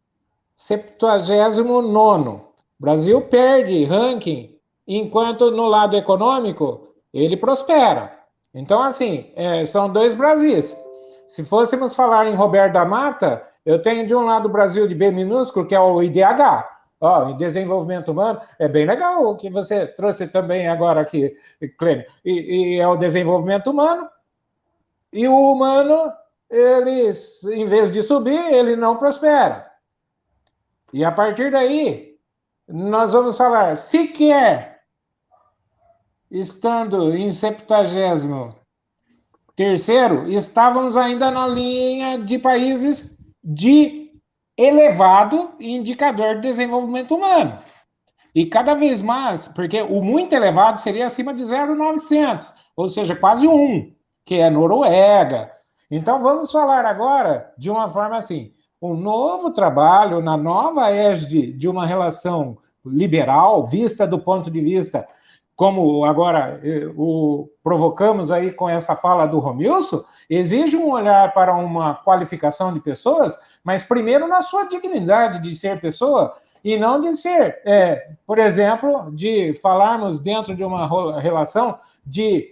S2: 79º. O Brasil perde ranking, enquanto no lado econômico ele prospera. Então, assim, são dois Brasis. Se fôssemos falar em Roberto da Mata, eu tenho de um lado o Brasil de B minúsculo, que é o IDH, em desenvolvimento humano. É bem legal o que você trouxe também agora aqui, Clênio. E é o desenvolvimento humano. E o humano, ele, em vez de subir, ele não prospera. E a partir daí, nós vamos falar, sequer estando em 73º, estávamos ainda na linha de países de elevado indicador de desenvolvimento humano. E cada vez mais, porque o muito elevado seria acima de 0,900, ou seja, quase 1, que é Noruega. Então, vamos falar agora de uma forma assim, um novo trabalho na nova égide de uma relação liberal, vista do ponto de vista, como agora o provocamos aí com essa fala do Romilson, exige um olhar para uma qualificação de pessoas, mas primeiro na sua dignidade de ser pessoa, e não de ser, por exemplo, de falarmos dentro de uma relação de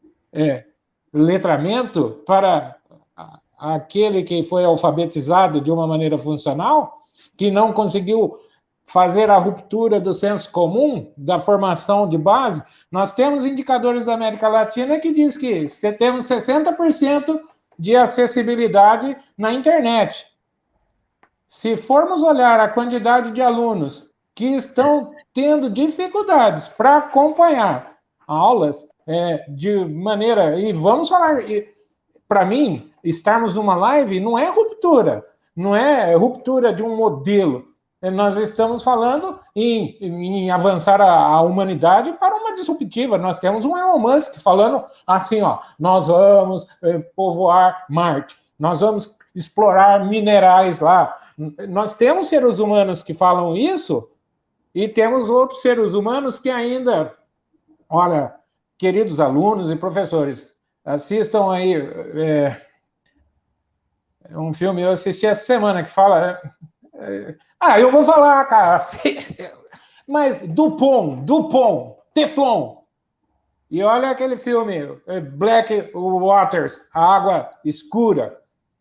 S2: letramento para aquele que foi alfabetizado de uma maneira funcional, que não conseguiu fazer a ruptura do senso comum, da formação de base. Nós temos indicadores da América Latina que diz que temos 60% de acessibilidade na internet. Se formos olhar a quantidade de alunos que estão tendo dificuldades para acompanhar aulas de maneira... E vamos falar... Para mim, estarmos numa live não é ruptura. Não é ruptura de um modelo. Nós estamos falando em avançar a humanidade para uma disruptiva. Nós temos um Elon Musk falando assim, nós vamos povoar Marte, nós vamos explorar minerais lá. Nós temos seres humanos que falam isso e temos outros seres humanos que ainda, olha, queridos alunos e professores, assistam aí um filme, eu assisti essa semana, que fala... eu vou falar, cara, mas Dupont, Teflon. E olha aquele filme, Black Waters, a água escura.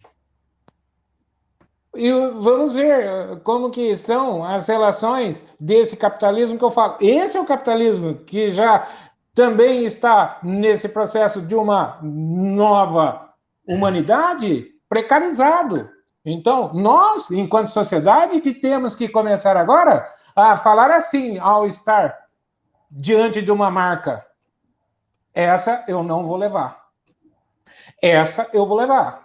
S2: E vamos ver como que são as relações desse capitalismo que eu falo. Esse é o capitalismo que já também está nesse processo de uma nova humanidade precarizado. Então, nós, enquanto sociedade, que temos que começar agora a falar assim, ao estar diante de uma marca. Essa eu não vou levar. Essa eu vou levar.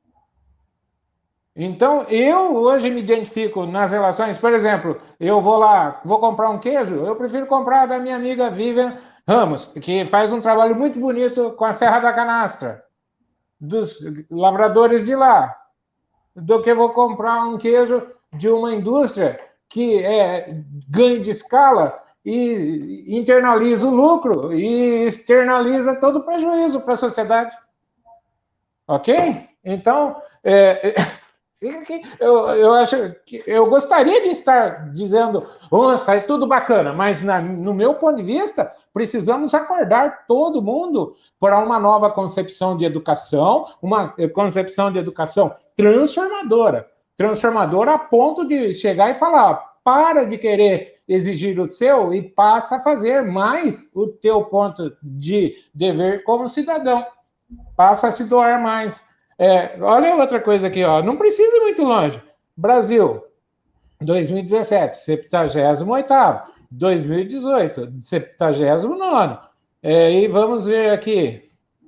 S2: Então, eu hoje me identifico nas relações, por exemplo, eu vou lá, vou comprar um queijo, eu prefiro comprar da minha amiga Vivian Ramos, que faz um trabalho muito bonito com a Serra da Canastra, dos lavradores de lá, do que vou comprar um queijo de uma indústria que ganha de escala e internaliza o lucro e externaliza todo o prejuízo para a sociedade. Ok? Então, Eu acho que eu gostaria de estar dizendo, nossa, é tudo bacana, mas no meu ponto de vista, precisamos acordar todo mundo para uma nova concepção de educação, uma concepção de educação transformadora a ponto de chegar e falar, para de querer exigir o seu e passa a fazer mais o teu ponto de dever como cidadão. Passa a se doar mais. Olha outra coisa aqui, ó. Não precisa ir muito longe. Brasil, 2017, 78º. 2018, 79º. E vamos ver aqui.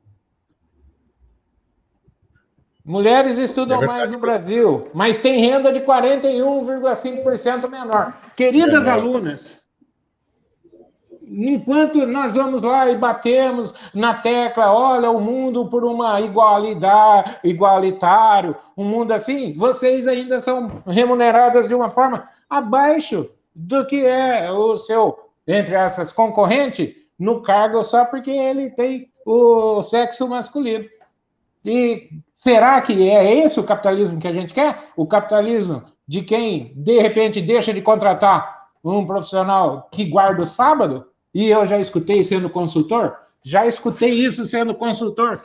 S2: Mulheres estudam mais no Brasil, mas têm renda de 41,5% menor. Queridas alunas, enquanto nós vamos lá e batemos na tecla, olha, o mundo por uma igualitário, um mundo assim, vocês ainda são remuneradas de uma forma abaixo do que é o seu, entre aspas, concorrente no cargo só porque ele tem o sexo masculino. E será que é esse o capitalismo que a gente quer? O capitalismo de quem, de repente, deixa de contratar um profissional que guarda o sábado? E eu já escutei sendo consultor? Já escutei isso sendo consultor.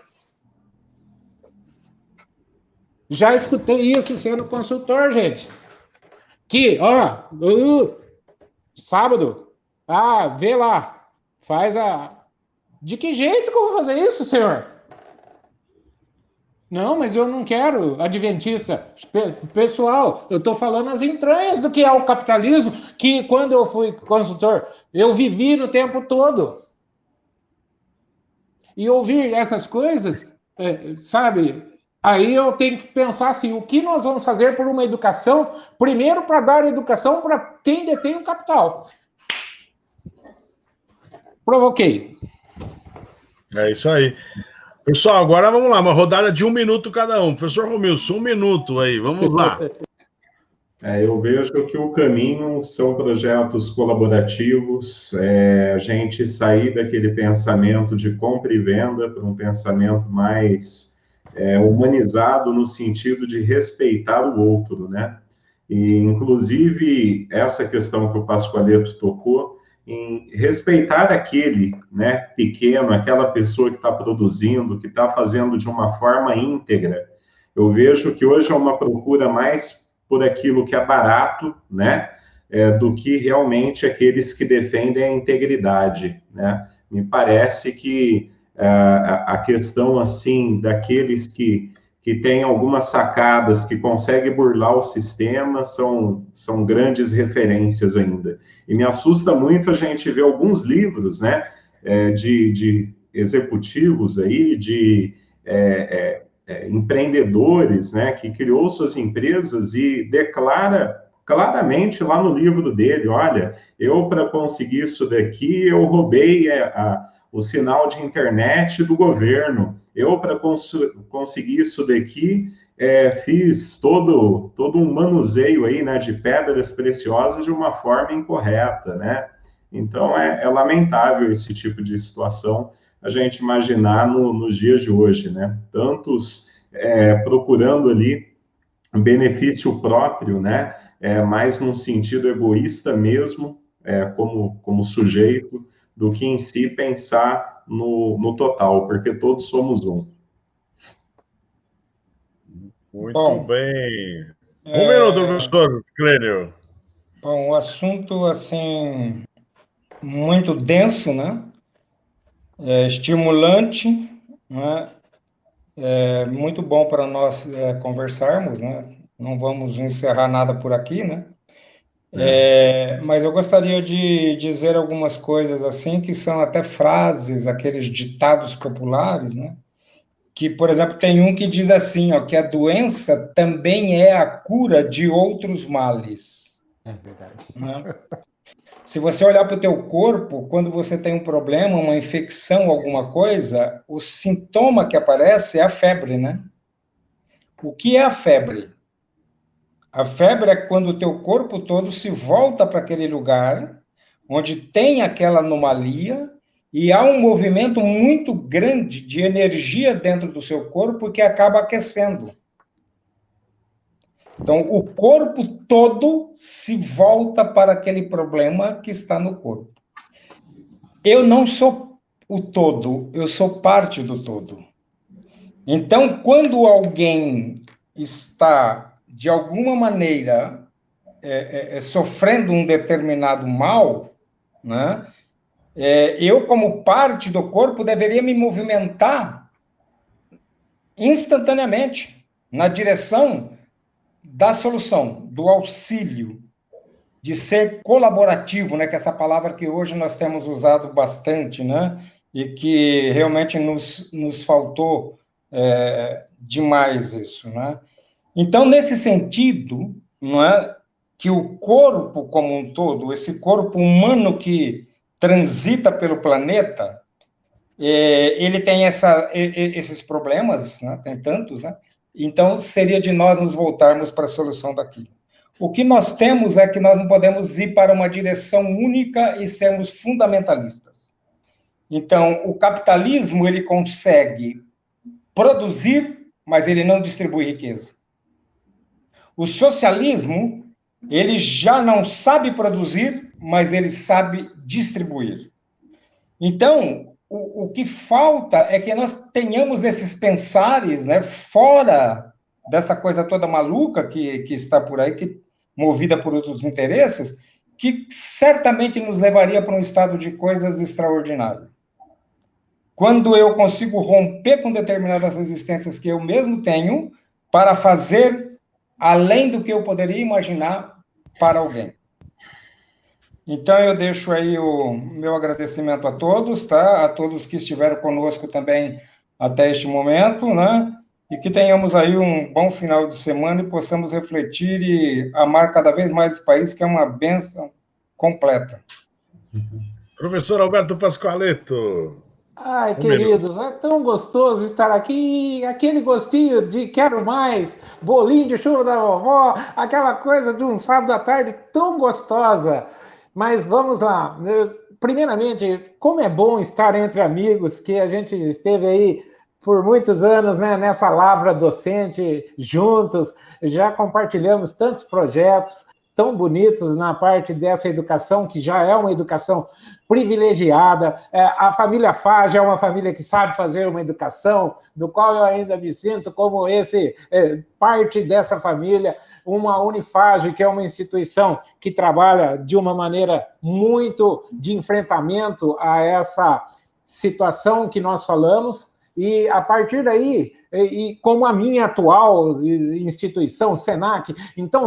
S2: Já escutei isso sendo consultor, gente. Que, ó, sábado, vê lá, faz a... De que jeito que eu vou fazer isso, senhor? Não, mas eu não quero adventista. Pessoal, eu estou falando as entranhas do que é o capitalismo, que quando eu fui consultor, eu vivi no tempo todo. E ouvir essas coisas, sabe, aí eu tenho que pensar assim, o que nós vamos fazer por uma educação, primeiro para dar educação para quem detém o capital. Provoquei.
S1: É isso aí. Pessoal, agora vamos lá, uma rodada de 1 minuto cada um. Professor Romilson, 1 minuto aí, vamos lá.
S3: Eu vejo que o caminho são projetos colaborativos, a gente sair daquele pensamento de compra e venda para um pensamento mais humanizado no sentido de respeitar o outro, né? E, inclusive, essa questão que o Pascoaleto tocou, em respeitar aquele, né, pequeno, aquela pessoa que está produzindo, que está fazendo de uma forma íntegra. Eu vejo que hoje é uma procura mais por aquilo que é barato, né, do que realmente aqueles que defendem a integridade, né. Me parece que a questão, assim, daqueles que têm algumas sacadas, que conseguem burlar o sistema, são grandes referências ainda. E me assusta muito a gente ver alguns livros, né, de executivos aí, de empreendedores, né, que criou suas empresas e declara claramente lá no livro dele, olha, eu para conseguir isso daqui, eu roubei o sinal de internet do governo, eu para conseguir isso daqui, fiz todo um manuseio aí, né, de pedras preciosas de uma forma incorreta, né? Então, é lamentável esse tipo de situação a gente imaginar nos dias de hoje, né? Tantos procurando ali benefício próprio, né? Mais num sentido egoísta mesmo, como sujeito, do que em si pensar no total, porque todos somos um.
S1: Muito bem. 1 minuto, professor Clênio.
S4: Bom, o assunto, assim, muito denso, né? Estimulante, né? Muito bom para nós conversarmos, né? Não vamos encerrar nada por aqui, né? Mas eu gostaria de dizer algumas coisas assim, que são até frases, aqueles ditados populares, né? Que, por exemplo, tem um que diz assim, ó, que a doença também é a cura de outros males.
S2: É verdade.
S4: Né? Se você olhar para o teu corpo, quando você tem um problema, uma infecção, alguma coisa, o sintoma que aparece é a febre, né? O que é a febre? A febre é quando o teu corpo todo se volta para aquele lugar onde tem aquela anomalia e há um movimento muito grande de energia dentro do seu corpo que acaba aquecendo. Então, o corpo todo se volta para aquele problema que está no corpo. Eu não sou o todo, eu sou parte do todo. Então, quando alguém está, de alguma maneira, sofrendo um determinado mal, né, eu, como parte do corpo, deveria me movimentar instantaneamente na direção da solução, do auxílio, de ser colaborativo, né, que é essa palavra que hoje nós temos usado bastante, né, e que realmente nos faltou demais isso, né? Então, nesse sentido, não é, que o corpo como um todo, esse corpo humano que transita pelo planeta, ele tem esses problemas, né? Tem tantos, né? Então, seria de nós nos voltarmos para a solução daquilo. O que nós temos é que nós não podemos ir para uma direção única e sermos fundamentalistas. Então, o capitalismo, ele consegue produzir, mas ele não distribui riqueza. O socialismo, ele já não sabe produzir, mas ele sabe distribuir. Então, o que falta é que nós tenhamos esses pensares, né, fora dessa coisa toda maluca que está por aí, movida por outros interesses, que certamente nos levaria para um estado de coisas extraordinário. Quando eu consigo romper com determinadas resistências que eu mesmo tenho para fazer além do que eu poderia imaginar para alguém. Então, eu deixo aí o meu agradecimento a todos, tá? A todos que estiveram conosco também até este momento, né? E que tenhamos aí um bom final de semana e possamos refletir e amar cada vez mais esse país, que é uma bênção completa.
S1: Professor Alberto Pascoaleto.
S2: Ai, queridos, é tão gostoso estar aqui, aquele gostinho de quero mais, bolinho de chuva da vovó, aquela coisa de um sábado à tarde tão gostosa. Mas vamos lá. Primeiramente, como é bom estar entre amigos, que a gente esteve aí por muitos anos, né, nessa lavra docente, juntos, já compartilhamos tantos projetos tão bonitos na parte dessa educação, que já é uma educação privilegiada. A família Fage é uma família que sabe fazer uma educação, do qual eu ainda me sinto como parte dessa família. Uma Unifage, que é uma instituição que trabalha de uma maneira muito de enfrentamento a essa situação que nós falamos, e a partir daí, e como a minha atual instituição, SENAC, então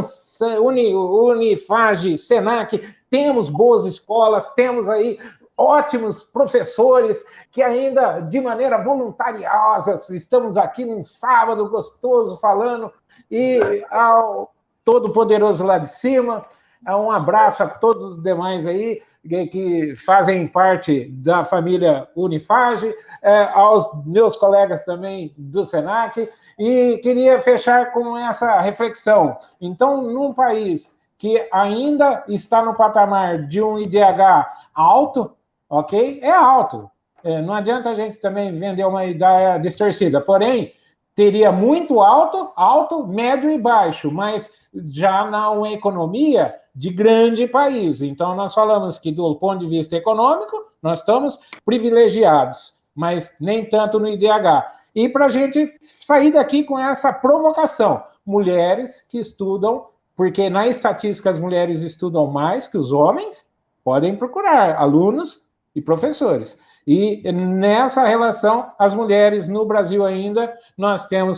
S2: Unifage, SENAC, temos boas escolas, temos aí ótimos professores que ainda de maneira voluntariosa estamos aqui num sábado gostoso falando, e ao Todo-Poderoso lá de cima, um abraço a todos os demais aí que fazem parte da família Unifage, aos meus colegas também do SENAC, e queria fechar com essa reflexão. Então, num país que ainda está no patamar de um IDH alto, ok? É alto. Não adianta a gente também vender uma ideia distorcida, porém, teria muito alto, médio e baixo, mas já na economia de grande país. Então, nós falamos que, do ponto de vista econômico, nós estamos privilegiados, mas nem tanto no IDH. E para a gente sair daqui com essa provocação, mulheres que estudam, porque na estatística as mulheres estudam mais que os homens, podem procurar alunos e professores. E nessa relação, as mulheres no Brasil ainda, nós temos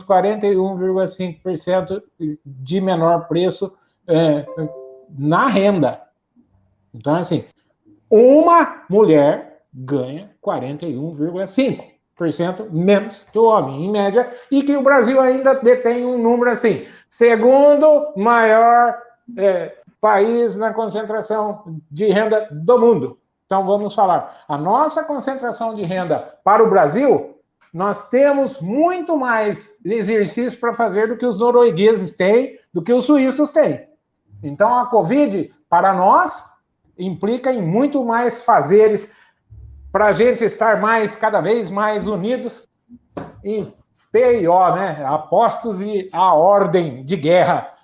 S2: 41,5% de menor preço na renda. Então, assim, uma mulher ganha 41,5% menos que o homem, em média, e que o Brasil ainda detém um número assim, segundo maior país na concentração de renda do mundo. Então, vamos falar, a nossa concentração de renda para o Brasil, nós temos muito mais exercício para fazer do que os noruegueses têm, do que os suíços têm. Então, a Covid, para nós, implica em muito mais fazeres para a gente estar cada vez mais unidos em PIO, né? Apostos e a ordem de guerra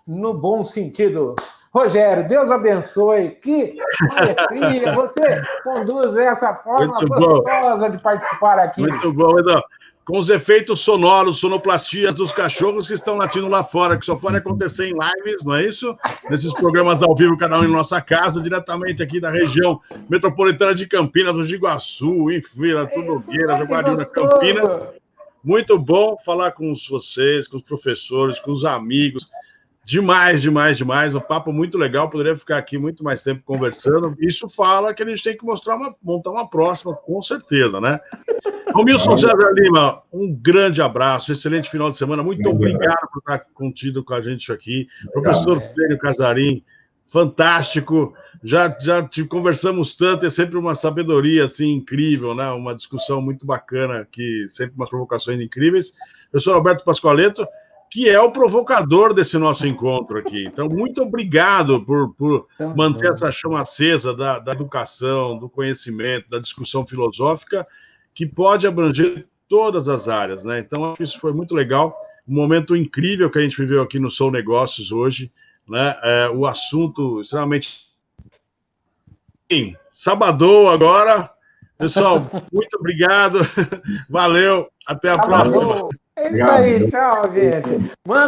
S2: no bom sentido. Rogério, Deus abençoe, que maestria, você conduz dessa forma gostosa de participar aqui.
S1: Muito bom, Edão. Com os efeitos sonoros, sonoplastias dos cachorros que estão latindo lá fora, que só pode acontecer em lives, não é isso? Nesses programas ao vivo, cada um em nossa casa, diretamente aqui da região metropolitana de Campinas, do Iguaçu, em Feira, Tudogueira, Jaguariúna, Campinas. Muito bom falar com vocês, com os professores, com os amigos. Demais, demais, demais. Um papo muito legal. Poderia ficar aqui muito mais tempo conversando. Isso fala que a gente tem que montar uma próxima, com certeza, né? Romilson César Lima, um grande abraço, excelente final de semana. Muito obrigado por estar contigo com a gente aqui. Professor Clênio Casarim, fantástico. Já conversamos tanto, é sempre uma sabedoria assim, incrível, né? Uma discussão muito bacana aqui, sempre umas provocações incríveis. Professor Alberto Pascoaletto, que é o provocador desse nosso encontro aqui. Então, muito obrigado por manter essa chama acesa da educação, do conhecimento, da discussão filosófica, que pode abranger todas as áreas, né? Então, acho que isso foi muito legal, um momento incrível que a gente viveu aqui no Sou Negócios hoje, né? O assunto extremamente... Sim, sabadão agora. Pessoal, muito obrigado. Valeu, até a próxima.
S2: É isso aí, tchau, gente.